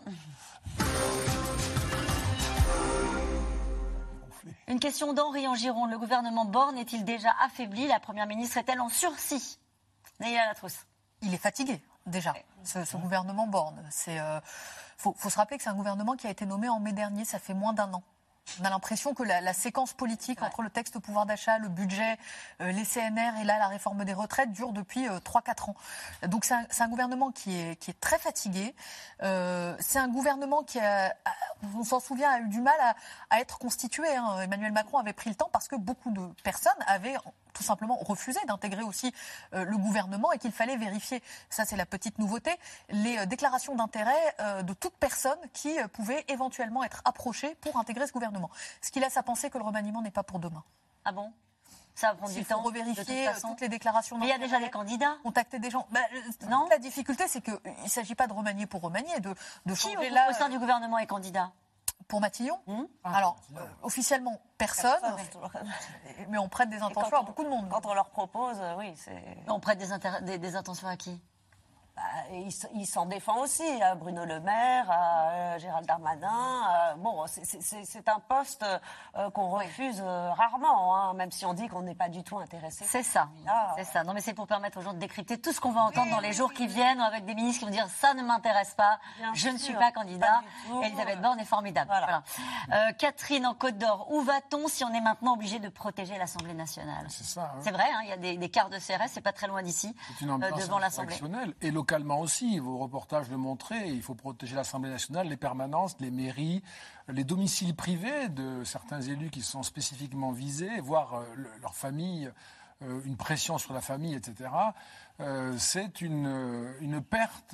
Une question d'Henri en Gironde. Le gouvernement Borne est-il déjà affaibli? La Première ministre est-elle en sursis? Naïla Latrousse. Il est fatigué, déjà, ce, ce gouvernement Borne. Il euh, faut, faut se rappeler que c'est un gouvernement qui a été nommé en mai dernier, ça fait moins d'un an. On a l'impression que la, la séquence politique ouais. entre le texte pouvoir d'achat, le budget, euh, les C N R et là la réforme des retraites dure depuis euh, trois quatre ans. Donc c'est un, c'est un gouvernement qui est, qui est très fatigué. Euh, c'est un gouvernement qui, a, on s'en souvient, a eu du mal à, à être constitué. Hein. Emmanuel Macron avait pris le temps parce que beaucoup de personnes avaient tout simplement refusé d'intégrer aussi euh, le gouvernement et qu'il fallait vérifier, ça c'est la petite nouveauté, les euh, déclarations d'intérêt euh, de toute personne qui euh, pouvait éventuellement être approchée pour intégrer ce gouvernement. Ce qui laisse à penser que le remaniement n'est pas pour demain. Ah bon? Ça va prendre du temps. Il faut revérifier de toutes les déclarations. Mais il y a déjà des candidats. Contacter des gens. Bah, non. La difficulté, c'est qu'il ne s'agit pas de remanier pour remanier, de, de changer Qui, là. Au sein du gouvernement est candidat? Pour Matignon mmh. ah, Alors, euh, officiellement, personne, personne. Mais on prête des intentions à beaucoup de monde. Quand on leur propose, euh, oui, c'est... On prête des, inter... des, des intentions à qui? Bah, il, il s'en défend aussi, à Bruno Le Maire, à euh, Gérald Darmanin. Euh, bon, c'est, c'est, c'est un poste euh, qu'on refuse euh, rarement, hein, même si on dit qu'on n'est pas du tout intéressé. C'est ça, c'est ça. Non, mais c'est pour permettre aux gens de décrypter tout ce qu'on va entendre oui, dans les jours oui, qui oui. viennent, avec des ministres qui vont dire ça ne m'intéresse pas, Bien je sûr, ne suis pas candidat. Pas Elisabeth Borne est formidable. Voilà. Voilà. Euh, Catherine en Côte d'Or, où va-t-on si on est maintenant obligé de protéger l'Assemblée nationale ? C'est ça. Hein. C'est vrai, hein, il y a des, des quarts de C R S, c'est pas très loin d'ici, c'est une ambiance euh, devant l'Assemblée. Et localement aussi, vos reportages le montraient, il faut protéger l'Assemblée nationale, les permanences, les mairies, les domiciles privés de certains élus qui sont spécifiquement visés, voire euh, le, leur famille, euh, une pression sur la famille, et cetera. Euh, c'est une, une perte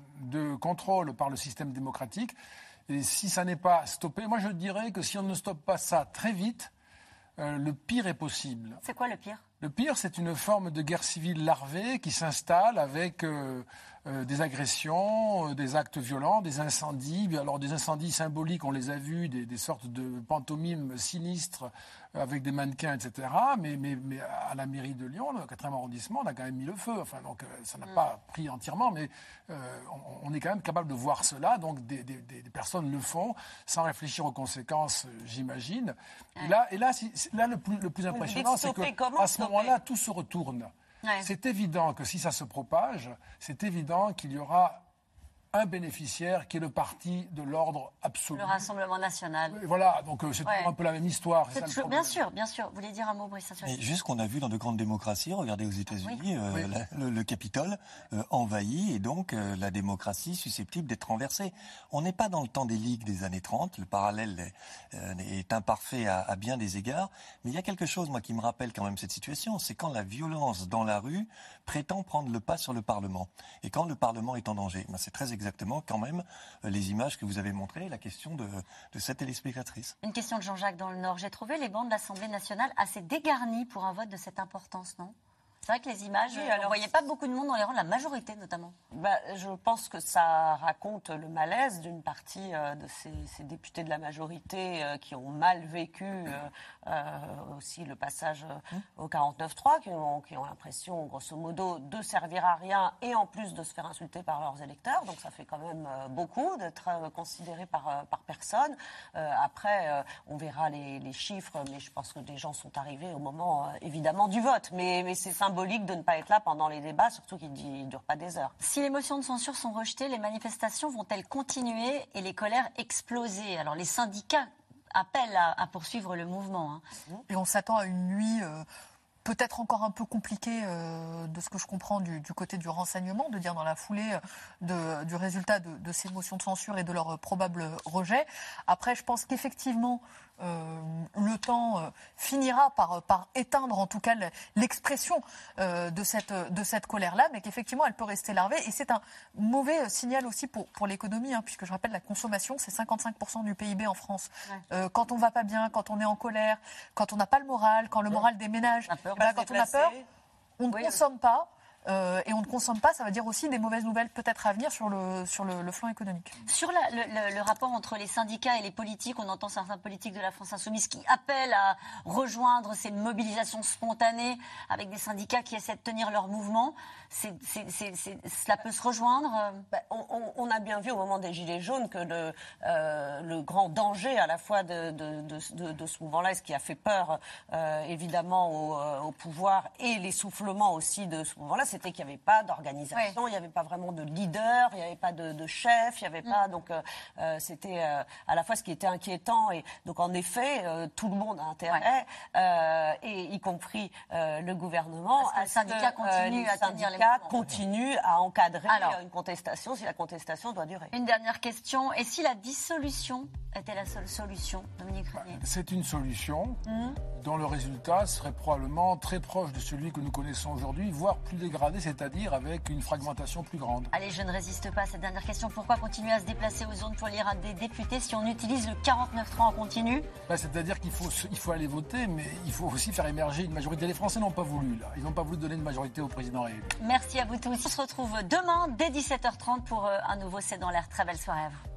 de contrôle par le système démocratique. Et si ça n'est pas stoppé, moi je dirais que si on ne stoppe pas ça très vite, euh, le pire est possible. C'est quoi le pire ? Le pire, c'est une forme de guerre civile larvée qui s'installe avec euh, euh, des agressions, euh, des actes violents, des incendies. Alors des incendies symboliques, on les a vus, des, des sortes de pantomimes sinistres euh, avec des mannequins, et cetera. Mais, mais, mais à la mairie de Lyon, le quatrième arrondissement, on a quand même mis le feu. Enfin, donc euh, ça n'a mm. pas pris entièrement, mais euh, on, on est quand même capable de voir cela. Donc des, des, des personnes le font sans réfléchir aux conséquences, euh, j'imagine. Et là, et là, c'est, là le, plus, le plus impressionnant, c'est qu'à ce moment-là, tout se retourne. Ouais. C'est évident que si ça se propage, c'est évident qu'il y aura un bénéficiaire qui est le parti de l'ordre absolu. Le Rassemblement national. Et voilà, donc c'est ouais. un peu la même histoire. C'est c'est ça, bien sûr, bien sûr. Vous voulez dire un mot, Brice ? Mais juste qu'on a vu dans de grandes démocraties, regardez aux États-Unis, oui. euh, oui. la, le, le Capitole euh, envahi et donc euh, la démocratie susceptible d'être renversée. On n'est pas dans le temps des ligues des années trente, le parallèle est, euh, est imparfait à, à bien des égards, mais il y a quelque chose, moi, qui me rappelle quand même cette situation, c'est quand la violence dans la rue prétend prendre le pas sur le Parlement. Et quand le Parlement est en danger, ben, c'est très exact. Exactement, quand même, les images que vous avez montrées, la question de, de cette téléspectatrice. Une question de Jean-Jacques dans le Nord. J'ai trouvé les bancs de l'Assemblée nationale assez dégarnis pour un vote de cette importance, non ? C'est vrai que les images, oui, alors, on ne voyait pas beaucoup de monde dans les rangs de la majorité, notamment. Bah, je pense que ça raconte le malaise d'une partie euh, de ces, ces députés de la majorité euh, qui ont mal vécu euh, euh, aussi le passage euh, au quarante-neuf trois, qui ont, qui ont l'impression, grosso modo, de servir à rien et en plus de se faire insulter par leurs électeurs. Donc ça fait quand même euh, beaucoup d'être euh, considéré par, euh, par personne. Euh, après, euh, on verra les, les chiffres, mais je pense que des gens sont arrivés au moment, euh, évidemment, du vote. Mais, mais c'est symbolique de ne pas être là pendant les débats, surtout qu'ils ne durent pas des heures. Si les motions de censure sont rejetées, les manifestations vont-elles continuer et les colères exploser ? Alors les syndicats appellent à, à poursuivre le mouvement. Hein. Et on s'attend à une nuit euh, peut-être encore un peu compliquée euh, de ce que je comprends du, du côté du renseignement, de dire dans la foulée de, du résultat de, de ces motions de censure et de leur probable rejet. Après, je pense qu'effectivement, Euh, le temps euh, finira par, par éteindre en tout cas l'expression euh, de cette, de cette colère-là, mais qu'effectivement elle peut rester larvée. Et c'est un mauvais signal aussi pour, pour l'économie, hein, puisque je rappelle, la consommation, c'est cinquante-cinq pour cent du P I B en France. Ouais. Euh, quand on ne va pas bien, quand on est en colère, quand on n'a pas le moral, quand le moral déménage, voilà, quand on a peur, on ne oui, consomme pas. Euh, et on ne consomme pas, ça veut dire aussi des mauvaises nouvelles peut-être à venir sur le, sur le, le flanc économique. Sur la, le, le rapport entre les syndicats et les politiques, on entend certains politiques de la France Insoumise qui appellent à rejoindre ces mobilisations spontanées avec des syndicats qui essaient de tenir leur mouvement. C'est, c'est, c'est, c'est, cela peut se rejoindre ben, on, on, on a bien vu au moment des Gilets jaunes que le, euh, le grand danger à la fois de, de, de, de, de ce mouvement-là, et ce qui a fait peur euh, évidemment au, au pouvoir et l'essoufflement aussi de ce mouvement-là, c'était qu'il n'y avait pas d'organisation, ouais. il n'y avait pas vraiment de leader, il n'y avait pas de, de chef, il n'y avait mm. pas... Donc euh, c'était euh, à la fois ce qui était inquiétant. Et donc en effet, euh, tout le monde a intérêt, ouais. euh, et y compris euh, le gouvernement, à ce que les syndicats continuent à tenir les continue à encadrer Alors, une contestation si la contestation doit durer. Une dernière question. Et si la dissolution était la seule solution, Dominique Régnier ? C'est une solution mmh. dont le résultat serait probablement très proche de celui que nous connaissons aujourd'hui, voire plus dégradé, c'est-à-dire avec une fragmentation plus grande. Allez, je ne résiste pas à cette dernière question. Pourquoi continuer à se déplacer aux zones pour lire des députés si on utilise le quarante-neuf trois en continu ? ben, C'est-à-dire qu'il faut, il faut aller voter, mais il faut aussi faire émerger une majorité. Les Français n'ont pas voulu, là. Ils n'ont pas voulu donner une majorité au président réélu. Merci à vous tous. On se retrouve demain dès dix-sept heures trente pour un nouveau C'est dans l'air. Très belle soirée à vous.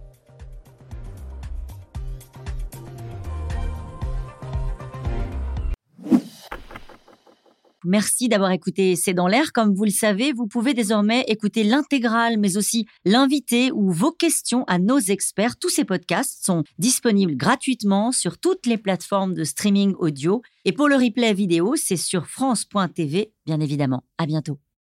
Merci d'avoir écouté C'est dans l'air. Comme vous le savez, vous pouvez désormais écouter l'intégrale, mais aussi l'invité ou vos questions à nos experts. Tous ces podcasts sont disponibles gratuitement sur toutes les plateformes de streaming audio. Et pour le replay vidéo, c'est sur France point T V, bien évidemment. À bientôt.